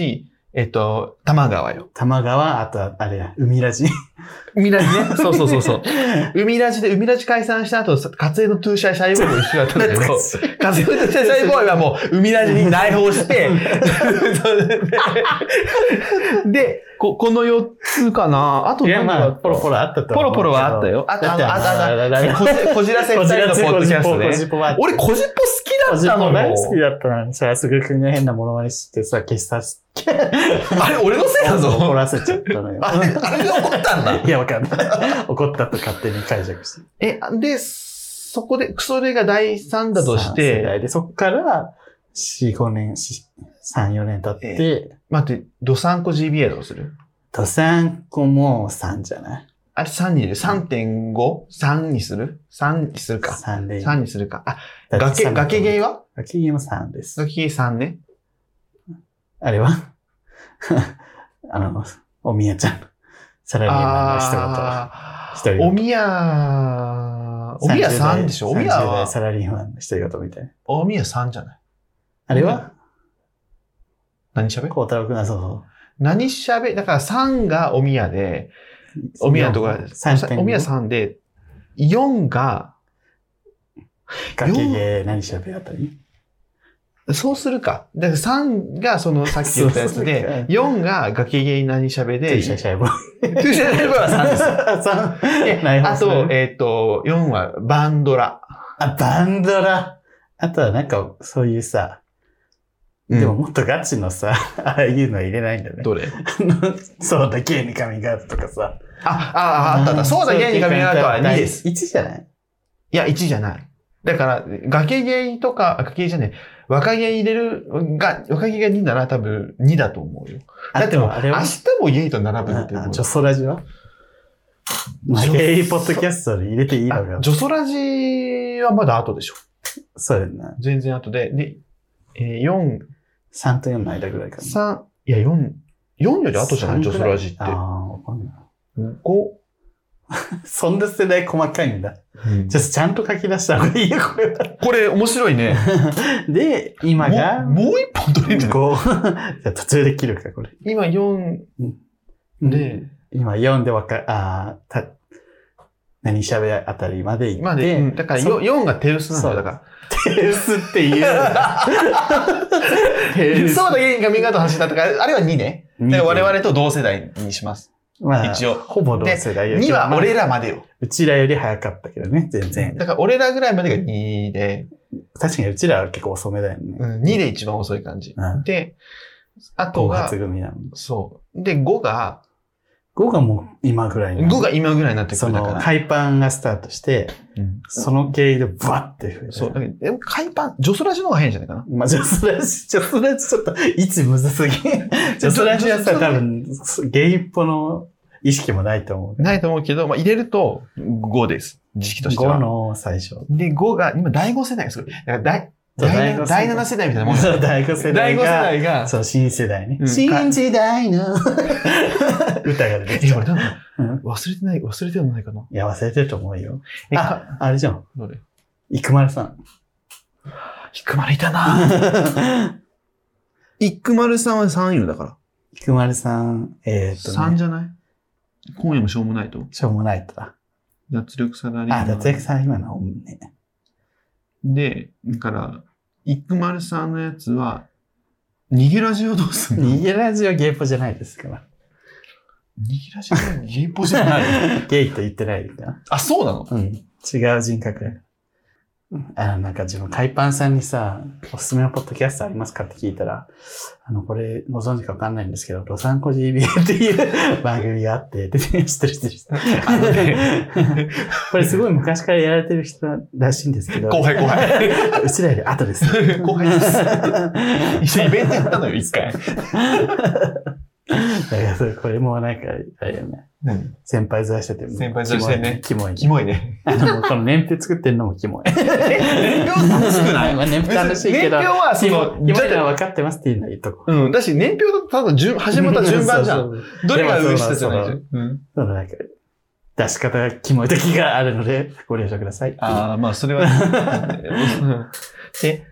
えっと、玉川よ。 玉川、あと、あれや、海ラジ。 海ラジね。そうそうそうそう。海ラジで、海ラジ解散した後、カツエのトゥーシャイシャイボーイも一緒だったんだけど、カツエのトゥーシャイシャイボーイはもう、海ラジに内包して、で、こ、このよっつかなあと何があった？ ポロポロあったと思う。 ポロポロはあったよ。あと、あと、あと、あと、こじらせ二人のポッドキャストね。俺、こじっぽ好きだったのよ。 大好きだったのに、さ、すぐくんが変なものまねしてさ、消しさせて。 あれ、俺のせいだぞ。 怒らせちゃったのよ。 あれ、あれが怒ったんだ。 いや、わかんない。怒ったと勝手に解釈して。 え、で、そこで、それがだいさんだとして、 世代で、そっから、よん、ごねん、さん、よねん経って、 えー、待って、ドサンコ ジービーエー どうする？ ドサンコもさんじゃない？ あれさんに入れる さんてんご？さん にする ?さん にするか。 さんでいい。 さんにするか。あ、崖、崖ゲイは？ 崖ゲイもさんです。 崖ゲイさんね。 あれはあの、おみやちゃん。サラリーマンの一言。一人。 おみや、おみやさんでしょ？おみやは。 サラリーマンの一言みたいな。 おみやさんじゃない？ あれは何喋？ 孝太郎くんはそうそう。 何喋？だからさんがおみやで、おみやとか、おみやさんで、よんが、 崖ゲ何喋あたり？ そうするか。だからさんがそのさっき言ったやつで、よんが崖ゲイ何喋で、 トゥーシャイシャイボーイ。 トゥーシャイシャイボーイはさんです。 さん。 で、あと、えっと、よんはバンドラ。 あ、バンドラ。あとはなんか、そういうさ、でももっとガチのさ、ああいうの入れないんだね。 どれ？ そうだ、ゲイにカミングアウトとかさ。 あ、あ、あったあった。そうだ、ゲイにカミングアウトはにです。 いちじゃない？ いや、いちじゃない。だから、崖ゲイとか、崖ゲイじゃねえ。若ゲイ入れるが、若ゲイがになら多分にだと思うよ。だってもう、明日もゲイと並ぶっていう。 ジョソラジは？ゲイポッドキャストで入れていいのか。 ジョソラジはまだ後でしょ。 そうやな。 全然後で。で、えー、よん。 さんとよんの間ぐらいかな。 さん、いや、よん、よんより後じゃない？ジョソラジって。 ああ、わかんない。 ご。 そんな世代細かいんだ。うん、じゃあ、ちゃんと書き出した方がいいよ、これは。 これ、面白いね。 で、今が。 もう、もう一本取れるんじゃない？ ご。じゃあ、途中で切るか、これ。 今よんで、 今よんでわか、ああ、た、何喋あたりまで行って。まで、 うん、だから よん, よんが手薄なんだよ、だから。 手薄って言うんだ。 そうだ、ゲイにカミングアウト走ったとか、あれはにね。だから我々と同世代にします。まあ、一応。 ほぼ同世代より。には俺らまでよ。 うちらより早かったけどね、全然。 だから俺らぐらいまでがにで。 確かにうちらは結構遅めだよね。 うん、にで一番遅い感じ。うん、で、あとが。 後発組なの。 そう。で、ごが、 ごがもう今ぐらいに。 ごが今ぐらいになってくるだから。 その、海パンがスタートして、うん、その経緯でバッて増えた。 そう。だけど、でも海パン、ジョソラジの方が変じゃないかな。 まあ、ジョソラジ、ジョソラジちょっと、位置むずすぎ。ジョソラジはさ、多分、ゲイっぽの意識もないと思う。 ないと思うけど、まあ、入れるとごです。時期としては。 ごの最初。 で、ごが、今、だいご世代がすごい。だからだい、だいなな世代みたいなもんだ。 そう、だいご世代が。 だいご世代が。 そう、新世代ね。うん、新時代の歌が出てきた。 え、俺なんか、忘れてない、忘れてるのないかな。 いや、忘れてると思うよ。あ、あれじゃん。 どれ？ いくまるさん。 いくまるいたないくまるさんはさんよだから。 いくまるさん、えー、っと、ね。 さんじゃない？今夜もしょうもないと。 しょうもないとだ。 脱力サラリーマン。 あ、脱力サラリーマンの本ね。 で、だから、いくまるさんのやつは、逃げラジオどうすんの？ 逃げラジオゲイポじゃないですから。 逃げラジオゲイポじゃないゲイと言ってないですか？ あ、そうなの？ うん。違う人格。あの、なんか自分、海パンさんにさ、おすすめのポッドキャストありますかって聞いたら、あの、これご存知かわかんないんですけど、ロサンコ ジービーエー っていう番組があって、で、知ってる人です。これすごい昔からやられてる人らしいんですけど。 後輩後輩。 うちらより後です。 後輩です。一緒にイベントやったのよ、一回。 だからそれ、これもなんか、あれよね。何？先輩面してても。 先輩面してね。 キモい。 キモいね。 あの、この年表作ってるのもキモい。 え年表楽しくない？ まあ年表楽しいけど。年表はその、キモいのは分かってますっていうのはいいとこ。 うん。だし、年表だとただ順、始まった順番じゃん。どれが上下じゃないじゃん。うん。 そのなんか、出し方がキモい時があるので、ご了承ください。 ああ、まあ、それは。で、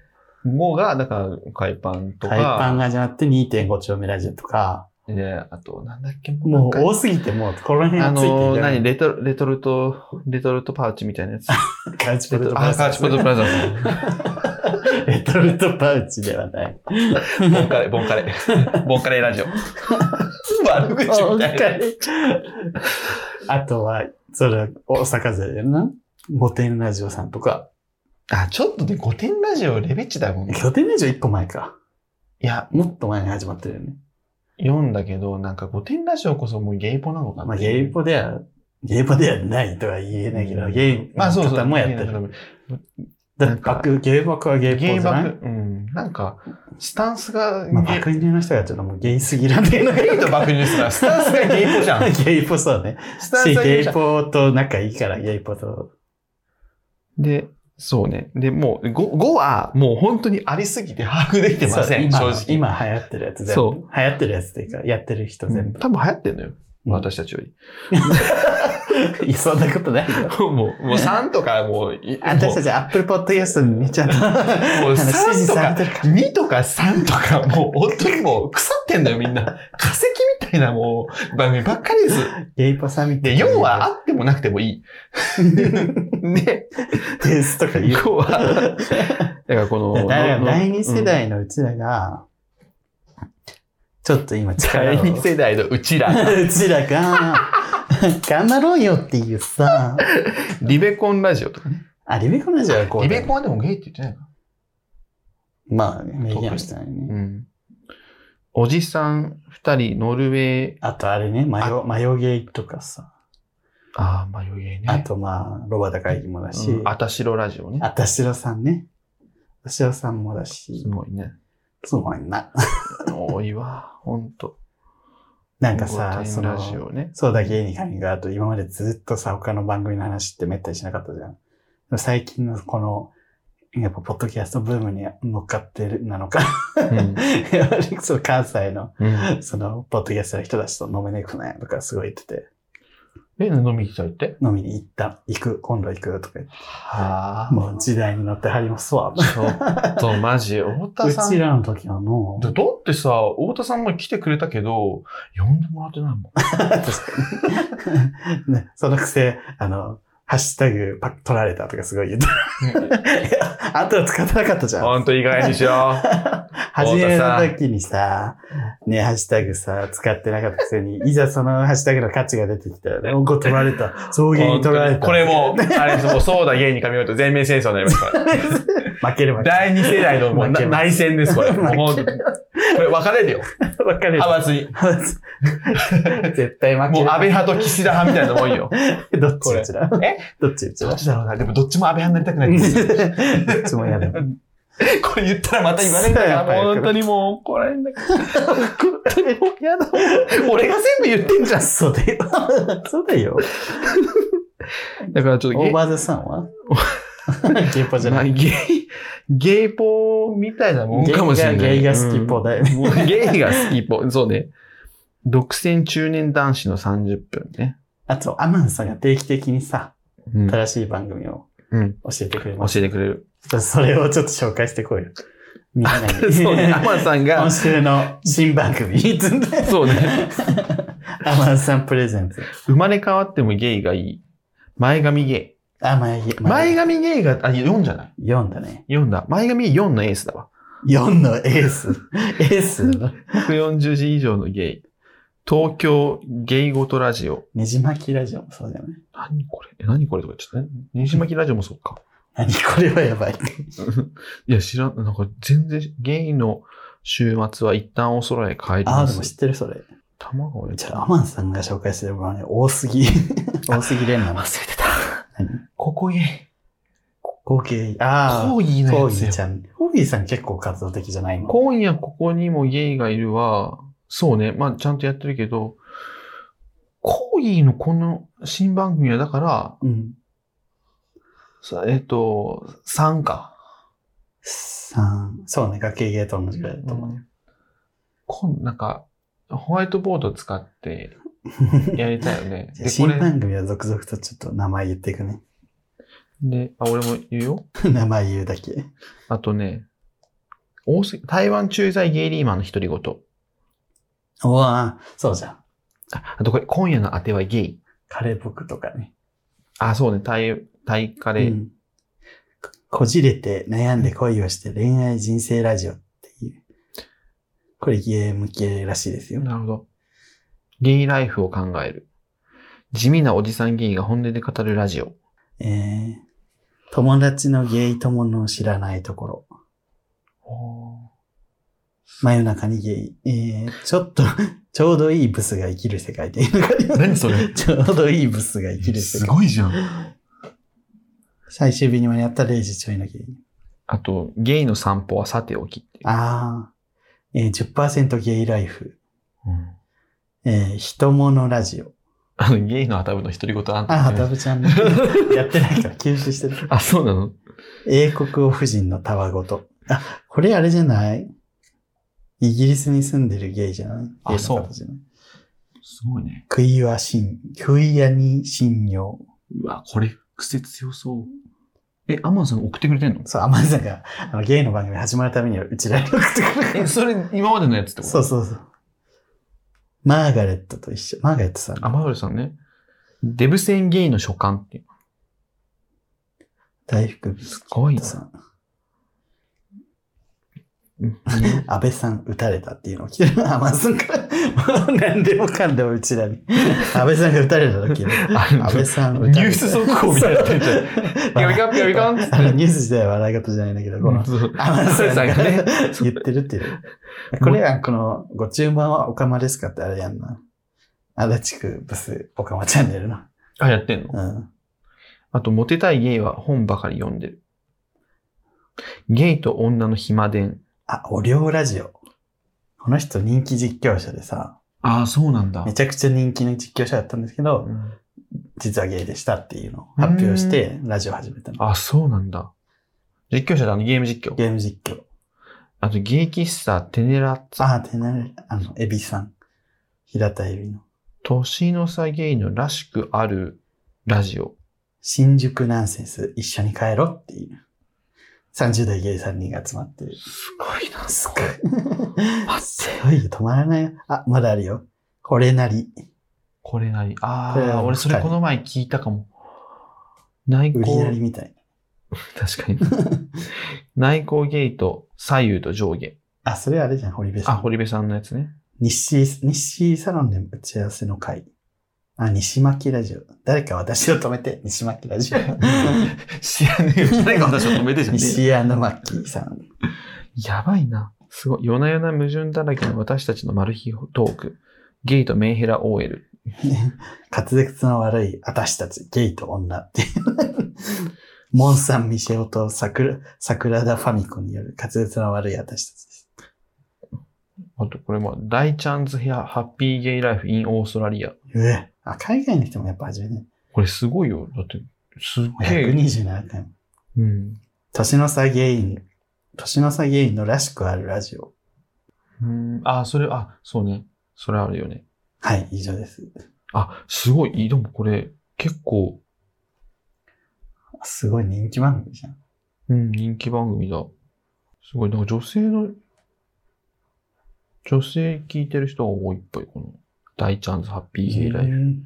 ごが、だから、海パンとか。 海パンが始まって にてんご 丁目ラジオとか。 で、あと、なんだっけ、 もう多すぎて、もうこの辺はついていあのー、 ない。 何レトル、レトルト、レトルトパウチみたいなやつ。 カウチポテトプラザ。 あ、カウチポテトプラザー。 レトルトパウチではない。 ボンカレー、ボンカレー。ボンカレーラジオ。悪口みたいな。 あとは、それは大阪勢だよな。御殿ラジオさんとか。 あ、ちょっとね、御殿ラジオレベチだもんね。 御殿ラジオいっこまえか。 いや、 もっと前に始まってるよね。 読んだけど、なんか御殿ラジオこそもうゲイポなのかな。 まあゲイポでは、ゲイポではないとは言えないけど、ゲイまあそうそう。 もやってる。だってバク、ゲイバクはゲイポじゃない？ ゲイバク、うん。なんか、スタンスが、 まあ爆乳の人がちょっともうゲイすぎるんだよね。 ゲイと爆乳すら、スタンスがゲイポじゃん。 ゲイポそうね。 スタンスがゲイポと仲いいから、ゲイポと。 で、そうね。で、もう、ご、ごは、もう本当にありすぎて把握できてません、正直。 今流行ってるやつ全部。そう。流行ってるやつっていうか、やってる人全部。 うん、多分流行ってんのよ。うん、私たちより。 いや、そんなことないよ。 もう、もうさんとかもう、 私たちアップルポッドキャストにちゃんと、 もうさんとか、にとかさんとか、もう本当にもう腐ってんだよみんな。化石みたいなもう番組ばっかりです。 ゲイポさんみたいな。で、よんはあってもなくてもいい。で、 テイストとか言う。 ごは、だからこの、 第二世代のうちらが、ちょっと今力を。 第二世代のうちら。 うちらが、頑張ろうよっていうさ。 リベコンラジオとかね。 あ、リベコンラジオはこう。 リベコンはでもゲイって言ってないの？ まあ、明言はしてないね。 うん。おじさん二人、ノルウェー。 あとあれね、マヨ、マヨゲイとかさ。 ああ、マヨゲイね。 あとまあ、ロバタ会議もだし。 あたしろラジオね。 あたしろさんね。あたしろさんもだし。 すごいね。 すごいな。 多いわ、ほんと。 なんかさ、その、 ね、 そうだゲイにカミングアウト、今までずっとさ、他の番組の話ってめったにしなかったじゃん。でも最近のこの、やっぱ、ポッドキャストブームに乗っかってる、なのか。うん、やっぱり、その関西の、うん、その、ポッドキャストの人たちと飲めねえくないとかすごい言ってて。 え、飲み行きたいって？ 飲みに行った。行く。今度行く。とか言って。 はあ。もう時代に乗ってはりますわ。 ちょっと、マジ、太田さん。 うちらの時はもう。だってさ、太田さんも来てくれたけど、呼んでもらってないもん。 確かに。ね、そのくせ、あの、ハッシュタグパッ取られたとかすごい言って。あとは使ってなかったじゃん。 ほんと意外にしよう。 初めの時にさ、ね、ハッシュタグさ、使ってなかったくせに、いざそのハッシュタグの価値が出てきたらね、おこ取られた。送迎に取られた。 これもう、あれです、もうそうだ、ゲイに髪をと全面戦争になりますから。 負ける負ける。 第二世代のもう内戦です、これ。もうこれ分かれるよ。 分かれる。 派閥に。 絶対負ける。 もう安倍派と岸田派みたいなもんよ。 どっちうちらえどっちうちらどっちだろうな。でもどっちも安倍派になりたくないんですよ。 どっちも嫌だ。 これ言ったらまた言われるんだから、もう本当にもう怒られるんだけど。本当にもう嫌だ。俺が全部言ってんじゃん。 そうだよ。そうだよ。 だからちょっとオーバーザさんはゲイポじゃない。 ゲイ、ゲイポみたいなもんかもしれない。 ゲイが好きポだよね。 もうゲイが好きポ。そうね。独占中年男子のさんじゅっぷんね。 あと、アマンさんが定期的にさ、うん、正しい番組を教えてくれます。 教えてくれる。 それをちょっと紹介してこいよ。みんなに。 そうね。アマンさんが。 今週の新番組。 そうね。 アマンさんプレゼンツ。 生まれ変わってもゲイがいい。前髪ゲイ。 あ、前髪。 前髪ゲイが、あ、よんじゃない ? よん だね。 よんだ。前髪よんのエースだわ。 よんのエース。エースひゃくよんじゅうじ以上のゲイ。東京ゲイゴトラジオ。 ねじ巻きラジオもそうだよね。 何これえ、何これとかちょっとね。ねじ巻きラジオもそうか。 何これはやばい。 いや、知らん、なんか全然、ゲイの週末は一旦お揃い帰ります。 ああ、でも知ってるそれ。 卵を入れじゃあ、アマンさんが紹介してるものね、多すぎ。多すぎれんな。 忘れてた。何ここゲイ。 ここゲイ。ああ。 コーギーのやつよ。 コーギーちゃん。コーギーさん結構活動的じゃないの？ 今夜ここにもゲイがいるは、そうね。まあ、ちゃんとやってるけど、コーギーのこの新番組はだから、 うん。 さえっと、さんか。 さん。そうね、崖ゲーと同じぐらいだと思うね。 こんなんか、ホワイトボード使ってやりたいよね。 で新番組は続々とちょっと名前言っていくね。 で、あ、俺も言うよ。 名前言うだけ。 あとね、 大阪台湾駐在ゲイリーマンの独り言。 おわそうじゃん。 あ、あとこれ、今夜のあてはゲイ。 カレー僕とかね。 あ、そうね、タイ、タイカレー。うん、 こじれて悩んで恋をして恋愛人生ラジオっていう。これゲーム系らしいですよ。 なるほど。ゲイライフを考える。地味なおじさんゲイが本音で語るラジオ。 えー、友達のゲイ友の知らないところ。真夜中にゲイ。えー、ちょっと、ちょうどいいブスが生きる世界っていうのがあります。 何それちょうどいいブスが生きる世界。 すごいじゃん。 最終日に間に合ったれいじちょいのゲイ。 あと、ゲイの散歩はさておきっていう。 ああ、えー、じゅっパーセント ゲイライフ。 うん、 えー、人物ラジオ。 あの、ゲイのハタブの独り言あんた、ね。 あ、ハタブちゃん、ね、やってないから休止してる。 あ、そうなの？ 英国王夫人のたわごと。あ、これあれじゃないイギリスに住んでるゲイじゃない？ あ、そう。すごいね。 クイア信、クイアに信用。 うわ、これ癖強そう。え、アマンさん送ってくれてんの？ そう、アマンさんが、あの、ゲイの番組始まるためにうちらに送ってくれる。 え、それ今までのやつってこと？ そうそうそう。マーガレットと一緒。マーガレットさん、ね。 あ、マーガレットさんね。デブ戦ゲイの書簡っていう。 大福ビスケットさん。安倍さん撃たれたっていうのを聞いてる。アマゾンから。何でもかんでもうちらに。安倍さんが撃たれた時に。安倍さん撃たれた。 ニュース速報みたいなやってんじゃん。ピヨピカピヨピカンって。 あのニュース自体は笑い事じゃないんだけど、この、アマゾンさんがね、言ってるっていう。これはこの、ご注文はオカマですかってあれやんな。足立区ブスオカマチャンネルの。 あ、やってんの？ うん。 あと、モテたいゲイは本ばかり読んでる。ゲイと女の暇伝。 あ、お寮ラジオ。この人人気実況者でさ。 ああ、そうなんだ。 めちゃくちゃ人気の実況者だったんですけど、うん、実はゲイでしたっていうのを発表して、ラジオ始めたの。 あ、そうなんだ。実況者であのゲーム実況。 ゲーム実況。 あと、ゲイ喫茶テネラッツァ。 ああ、テネラ、あの、エビさん。平田エビの。 年の差ゲイのらしくあるラジオ。 新宿ナンセンス一緒に帰ろっていう。さんじゅう代ゲイさんにんが集まってる。 すごいな。 すごい。すごいよ。止まらないよ。あ、まだあるよ。これなり。 これなり。ああ、俺それこの前聞いたかも。内向。 売りなりみたいな。確かに。内向ゲイと左右と上下。 あ、それあれじゃん、堀部さん。 あ、堀部さんのやつね。 日誌、日誌サロンで打ち合わせの会。あ、西巻ラジオ。誰か私を止めて、西巻ラジオ。 知らねえよ。誰か私を止めてじゃん。 西谷のマッキーさん。 やばいな。すごい。夜な夜な矛盾だらけの私たちのマル秘トーク。ゲイとメンヘラ オーエル。 滑舌の悪い私たち、ゲイと女っていう。モンサン・ミシェオと桜、桜田ファミコによる滑舌の悪い私たちです。 あとこれも、大チャンズヘアハッピーゲイライフインオーストラリア。 ええ。あ、海外の人もやっぱ初めて。 これすごいよ。だって、すっげえ。 ひゃくにじゅうななかいも。 うん。 年の差ゲイン、年の差ゲインのらしくあるラジオ。 うん。あ、それ、あ、そうね。それあるよね。 はい、以上です。 あ、すごい。でもこれ、結構。 すごい人気番組じゃん。 うん、人気番組だ。すごい。なんか女性の、女性聞いてる人が多いっぽい。この、大チャンズハッピーゲイライフ。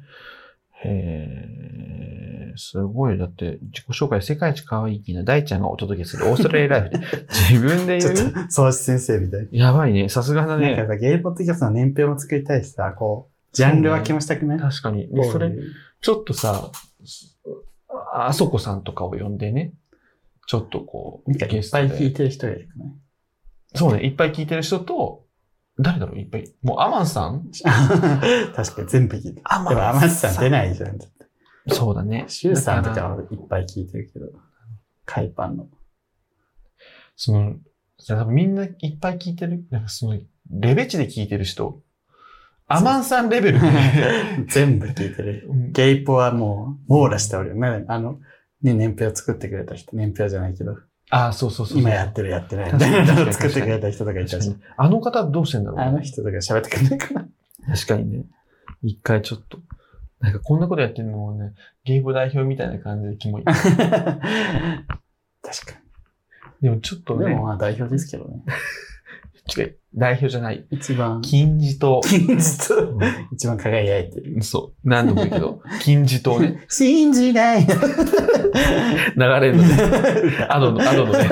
へー、すごい。だって、自己紹介、世界一可愛い気な大ちゃんがお届けするオーストラリアライフで、自分で言う。 ちょっと、総司先生みたい。 やばいね。さすがだね。 なんかゲイポッドキャストの年表も作りたいしさ、こう、ジャンル分けもしたくない？ 確かに。それ、ちょっとさ、あそこさんとかを呼んでね、ちょっとこう、 なんかいっぱい聞いてる人がいるかな。 そうね。いっぱい聞いてる人と、誰だろういっぱい。もうアマンさん確かに全部聞いてる。アマンさん。でもアマンさん出ないじゃん。 そうだね。 シュウさんとかもいっぱい聞いてるけど。海パンの。 その、みんないっぱい聞いてる。なんかその、レベチで聞いてる人。アマンさんレベルで。 全部聞いてる。ゲイポはもう、網羅しておるよね。あの、ね、年表作ってくれた人。年表じゃないけど。 ああ、そうそうそう。 今やってるやってない。作ってくれた人とかいたし。 あの方どうしてんだろう、ね、 あの人とか喋ってくれないかな。 確かにね。一回ちょっと。なんかこんなことやってるのもね、ゲイボ代表みたいな感じでキモい。 確かに。 でもちょっとね。 でもまあ代表ですけどね。 違う。代表じゃない。 一番。 金字塔。 金字塔。うん、一番輝いてる。 そう。何度も言うけど、金字塔ね。 信じないの。 流れるのね。アドの、アドのね。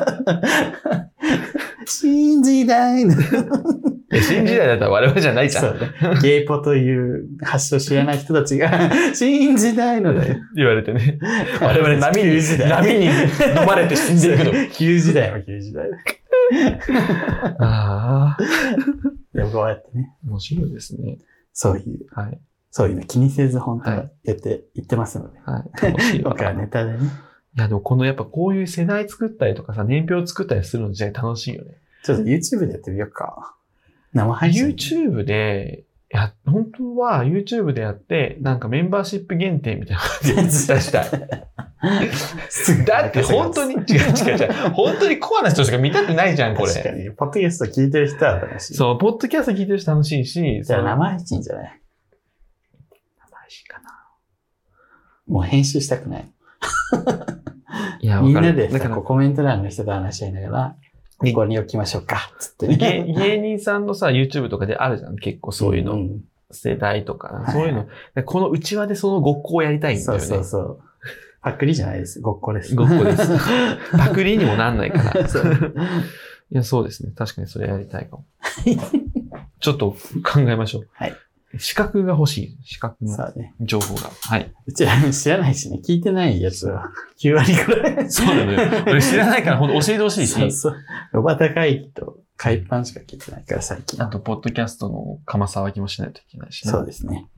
信じないの。 新時代だったら我々じゃないじゃん。 そうね。ゲイポという発祥知らない人たちが、信じないのだよ。 言われてね。我々波に、波に飲まれて死んでいくの。 旧時代は旧時代だ。 ああ。 でもこうやってね。 面白いですね。 そういう。 はい。 そういうの気にせず本当は言って、はい、言ってますので。 はい。楽しいわ。 僕はネタでね。 いやでもこのやっぱこういう世代作ったりとかさ、年表作ったりするの自体楽しいよね。 ちょっと YouTube でやってみようか。生配信。 YouTube で、や、本当は YouTube でやって、なんかメンバーシップ限定みたいな感じで出したい。だって本当に、違う違う違う。本当にコアな人しか見たくないじゃん、これ。 確かに。ポッドキャスト聞いてる人は楽しい。 そう、ポッドキャスト聞いてる人楽しいし。 じゃあ生配信じゃない？ 生配信かな。 もう編集したくない。 いや、 みんなでさ、コメント欄の人と話し合いながら、ここに置きましょうか。つってね。 芸人さんのさ、YouTube とかであるじゃん。結構そういうの。うん、世代とか、そういうの、はい。この内輪でそのごっこをやりたいんだよね。 そうそうそう。パクリじゃないです。ごっこです。 ごっこです。パクリにもなんないから。いや、そうですね。確かにそれやりたいかも。ちょっと考えましょう。 はい。 資格が欲しい。資格の情報が。はい。 うちら知らないしね。聞いてないやつはきゅう割くらい。 そうだね。俺知らないからほんと教えてほしいし。 そうそう。ロバタ会議と海パンしか聞いてないから最近。 あと、ポッドキャストの釜騒ぎもしないといけないしね。 そうですね。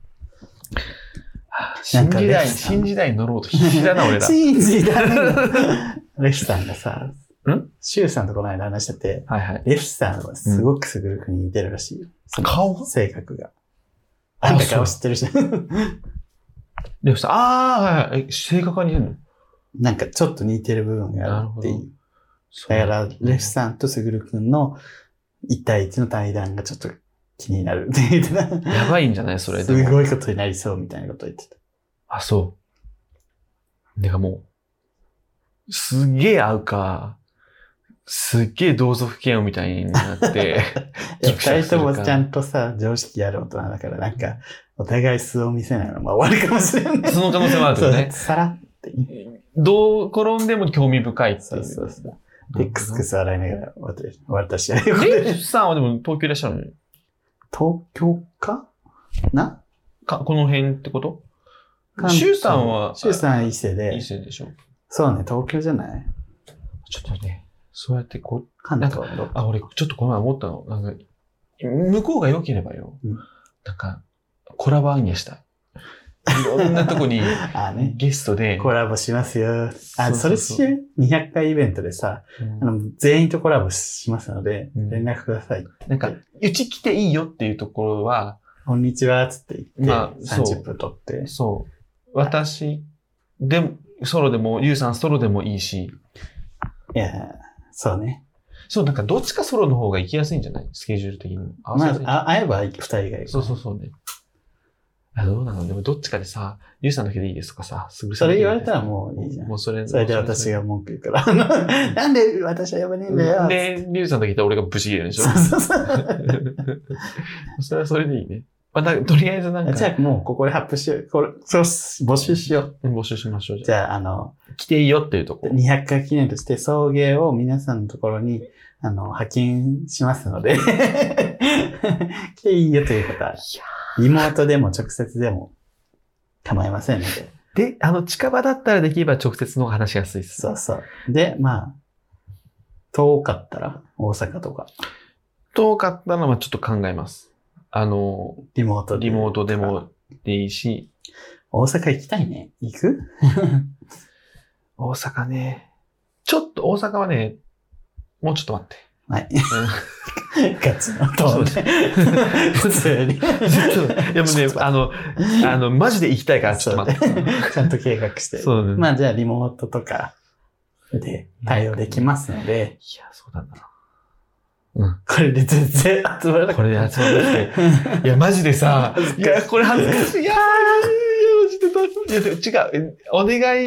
新時代、新時代に乗ろうと必死だな、俺ら。 新時代レフさんがさ、んシュウさんとこの間話してて、 はいはい。 レフさんはすごくすぐるくんに似てるらしいよ。 うん、顔性格が。あんた顔知ってるし。 レフさん、ああ、はいはい。性格が似てるの？ なんかちょっと似てる部分があるっていう。だから、レフさんとすぐるくんの一対一の対談がちょっと気になるって言ってた。 やばいんじゃないそれでも。すごいことになりそうみたいなこと言ってた。 あ、そう。でかもう、すげえ合うか、すっげえ同族嫌悪みたいになって、 二人ともちゃんとさ、常識ある大人だから、なんか、お互い素を見せないのまあ終わるかもしれない。 その可能性もあるよね。 さらって。 どう転んでも興味深いっていう。 そうそうそう。で、クスクス洗いながら私は。 レフさんはでも東京いらっしゃるのよ。 東京かなか、この辺ってことシュウさんは、 シュウさんは伊勢で。 伊勢でしょ。 そうね、東京じゃないちょっとね、そうやってこう、 関東はどこあ、俺ちょっとこの前思ったの。なんか、向こうが良ければよ。うん、なんか、コラボアンニャしたい。いろんなとこにあ、ね、 ゲストで。 コラボしますよ。あ、そうそうそうそれしにひゃっかいイベントでさ、うん、あの全員とコラボしますので、うん、連絡ください。 なんか、うち来ていいよっていうところは、 こんにちは、つって言って、まあ、さんじゅっぷん撮って。 そう。私、でも、ソロでも、ユウさんソロでもいいし。 いや、そうね。 そう、なんかどっちかソロの方が行きやすいんじゃないスケジュール的にも。 まあ、会えば二人がいる。 そうそうそうね。あ、どうなのでもどっちかでさ、ユウさんだけでいいですとかさ、すぐそれ言われたらもういいじゃん。 もうそれ。 それで私が文句言うから。なんで私は呼ばねえんだよ。 で、ユウさんだけ言ったら俺がブチ切れるでしょ。 そうそうそう。 それはそれでいいね。また、とりあえずなんか。 じゃあもうここで発表しよう。これ、そう、募集しよう。募集しましょう。 じゃあ、あの、 来ていいよっていうところ。 にひゃっかい記念として送迎を皆さんのところに、あの、派遣しますので、来ていいよという方は、リモートでも直接でも構いませんので。で、あの、近場だったらできれば直接の方が話しやすいです。 そうそう。で、まあ、遠かったら大阪とか。 遠かったらまあちょっと考えます。あの、 リモートで。リモートでもでいいし。 大阪行きたいね。行く大阪ね。ちょっと大阪はね、もうちょっと待って。 はい。ガチのトーンで。普通に。 でもね、あの、あの、マジで行きたいからちょっと待って。 ちゃんと計画して。 そうね。 まあじゃあリモートとかで対応できますので。 いや、そうだな。うん。 これで全然集まらなくて。 これで集まらなくて。いや、マジでさ、いや、これ恥ずかしい。いやー、マジで、いや、違う。お願い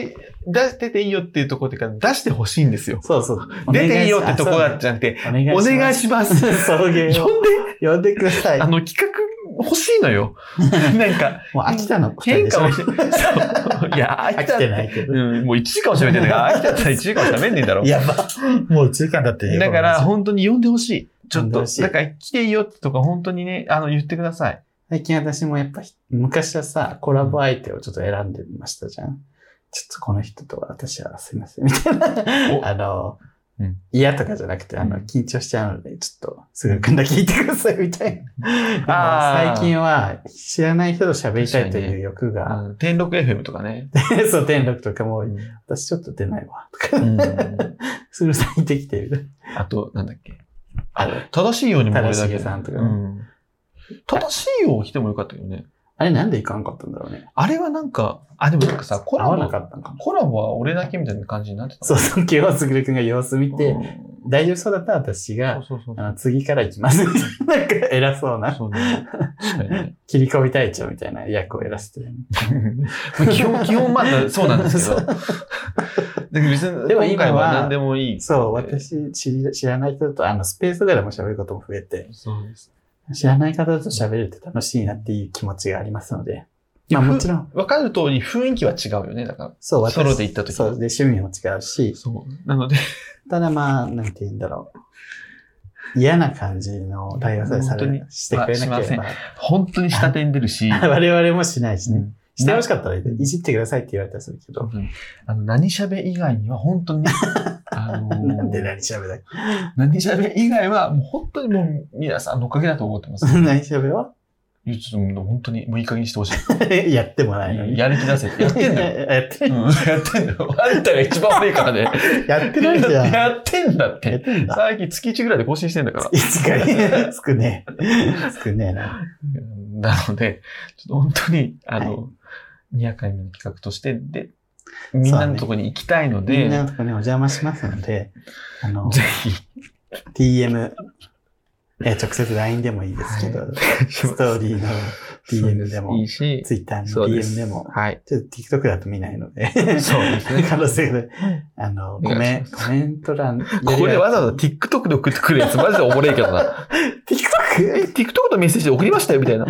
出してていいよっていうところでから出してほしいんですよ。 そうそう。 出ていいよってところじゃなくて、お願いします。 送迎を。 呼んで、 呼んでください。 あの、企画欲しいのよ。なんか、 もう飽きたの。 変化をして、そう。いや、飽きた。 飽きてないけど。 うん、もういちじかんも喋ってんだから、飽きたったらいちじかんも喋んねえんだろ。 やば。もういちじかんだって。 だから、本当に呼んでほしい。ちょっと、だから来ていいよってとか本当にね、あの、言ってください。 最近私もやっぱ、昔はさ、コラボ相手をちょっと選んでましたじゃん。ちょっとこの人とは私はすいません、みたいな。あの、うん、嫌とかじゃなくて、あの、緊張しちゃうので、ちょっと、すぐくんだけ聞いてください、みたいな。最近は、知らない人と喋りたいという欲が。 天禄 エフエム とかね。 そう、天禄とかも、うん、私ちょっと出ないわ、とか。うん、すぐ咲いてきてる。 あと、なんだっけ。あれ、正しいようにもこれだけ。 正しいさんとかね。うん、 正しいよう来てもよかったよね。 あれなんでいかんかったんだろうね。 あれはなんか、あ、でもなんかさ、コラボ。 合わなかったのかも。 コラボは俺だけみたいな感じになってた。 そうそう、今日すぐるくんが様子見て、うん、大丈夫そうだったら私が、そうそうそうあの次から行きます。なんか偉そうな。そうね。ね切り込み隊長みたいな役をやらせてる、ね。 基本、基本まだそうなんですけど。でも別に、でも今は何でもいい。 そう、私知、知らない人と、あの、スペースでも喋ることも増えて。 そうです。 知らない方と喋れて楽しいなっていう気持ちがありますので。まあもちろん。 わかる通り雰囲気は違うよね。だから。そう、ソロで行った時。 そう、で、趣味も違うし。 そう。なので。 ただまあ、なんて言うんだろう。嫌な感じの対応さえされ、してくれなければ。 本当に下手に出るし。 我々もしないしね。うんしてほしかったらいじってくださいって言われたりするけど。 あの、何喋以外には本当に、 あのー、なんで何喋だっけ何喋以外はもう本当にもう皆さんのおかげだと思ってます。 何喋はちょっと本当にもういい加減にしてほしい。 やってもないのに。 やる気出せって。やってんだよ。 やってんの、 うん、やってんだよ。あんたが一番悪いからね。 やってないじゃん。 やってんだって。 やってんだ。 最近月いちぐらいで更新してんだから。 月いちかい。少ねえ。少ねえな。 なので、ちょっと本当に、あの、はいにひゃっかいめの企画として、で、みんなのとこに行きたいので、ね、 みんなのとこにお邪魔しますので、あの、 ぜひ、 ディーエム、え、直接 ライン でもいいですけど、はい、ストーリーの ディーエム でも、いいし、Twitter の ディーエム でも、はい。ちょっと TikTok だと見ないので、 そうですね。 可能性で、あの、コメント、コメント欄、 これわざわざ TikTok で送ってくるやつ、マジでおもれえけどな。 TikTok?TikTok TikTok のメッセージで送りましたよ、みたいな。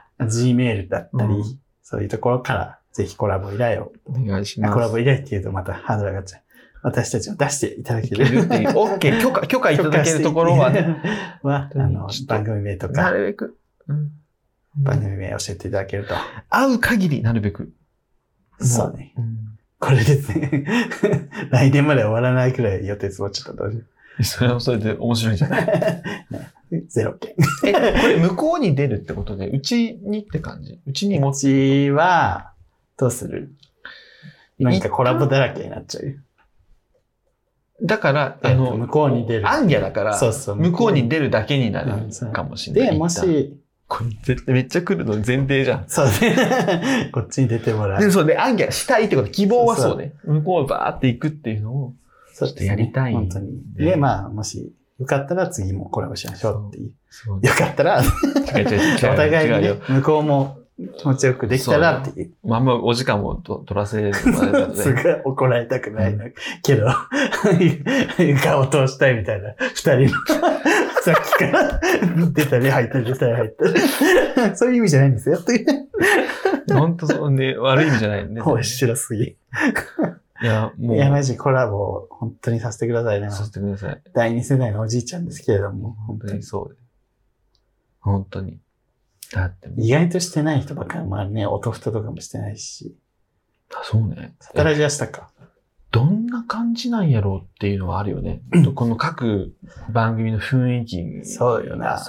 Gmail だったり、うんそういうところから、ぜひコラボ依頼を。 お願いします。 コラボ依頼っていうとまたハードル上がっちゃう。私たちを出していただける。 っていう。OK。許可、許可いただけるところはね。 は、あの、番組名とか。 なるべく。 うん、番組名教えていただけると。 会う限り、なるべく。 そうね。うん、これですね。来年まで終わらないくらい予定詰まっちゃったらどうしよう。 それはそれで面白いんじゃないねゼロ件。 え、これ向こうに出るってことで、うちにって感じうちにも。 うちは、どうするなんかコラボだらけになっちゃうよ。 だから、あの、 向こうに出る。 アンギャだから、 そうそう向こうに出るだけになるかもしれない。 で、もし、 これ絶対めっちゃ来るの前提じゃん。 そうね。こっちに出てもらう。 でもそうね、アンギャしたいってこと、希望はそうね。向こうバーって行くっていうのを、ちょっとやりたい。 本当に。で、まあ、もし、よかったら次もコラボしましょうっていう。よかったら、お互いに、ね、向こうも気持ちよくできたらっていう。 まあまあお時間も取らせるので。 すぐ怒られたくないの、うん、けど、顔を通したいみたいな、二人の、さっきから出たり入ったり出たり入ったり。そういう意味じゃないんですよ。 本当そうね、悪い意味じゃないね。 面白すぎ。 いや、もう。 いや、マジコラボ、本当にさせてくださいね。 させてください。 だいに世代のおじいちゃんですけれども。 本当にそう。本当に。だって意外としてない人ばっかり、まあね、音ふたとかもしてないし。 あ、そうね。 サタラジはしたか。 どんな感じなんやろうっていうのはあるよね。この各番組の雰囲気がさ。 そうよな。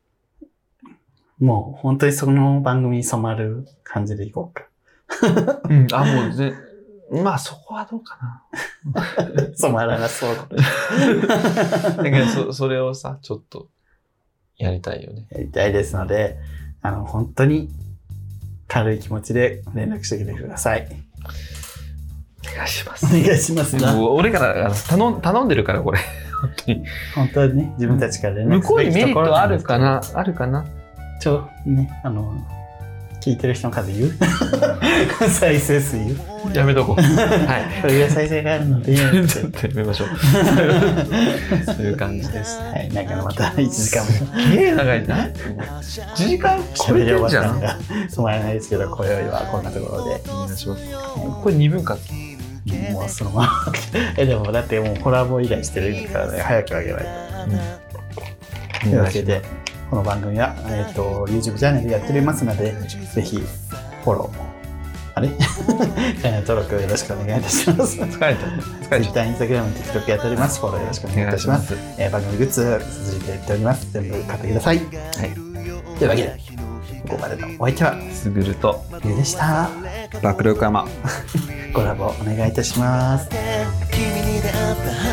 もう本当にその番組に染まる感じでいこうか。 うん、あ、もうぜ、まあそこはどうかな。 染まらなそう。 だけどそ、それをさ、ちょっとやりたいよね。 やりたいですので、あの、本当に軽い気持ちで連絡してきてください。 お願いします。 お願いしますな。 もう俺から頼ん、頼んでるから、これ。本当に。 本当にね、自分たちから連絡向こうにメリットあるかなあるかなちょ、ね、あの、 聞いてる人の数言う再生数言うやめとこう。はい。 これが再生があるので、 ちょっとやめましょう。そういう感じです。 はい。なんかまたいちじかんも。すげえ長いな。いちじかん超えてるじゃん。 止まらないですけど、今宵はこんなところで。 お願いします。これにぶん割。 もうそのまま。え、でもだってもうコラボ以外してるからね、早くあげないと。うん、というわけで、この番組は、えっと、YouTube チャンネルやっておりますので、ぜひフォロー。あれチャンネル登録よろしくお願いいたします。 疲れた。疲れた。 Twitter、Instagram、TikTok やっております。フォローよろしくお願いいたします。えー、番組グッズ続いてやっております。全部買ってください。はい。というわけで、ここまでのお相手は、 すぐるとゆうでした。 爆力山。 コラボお願いいたします。君に出会った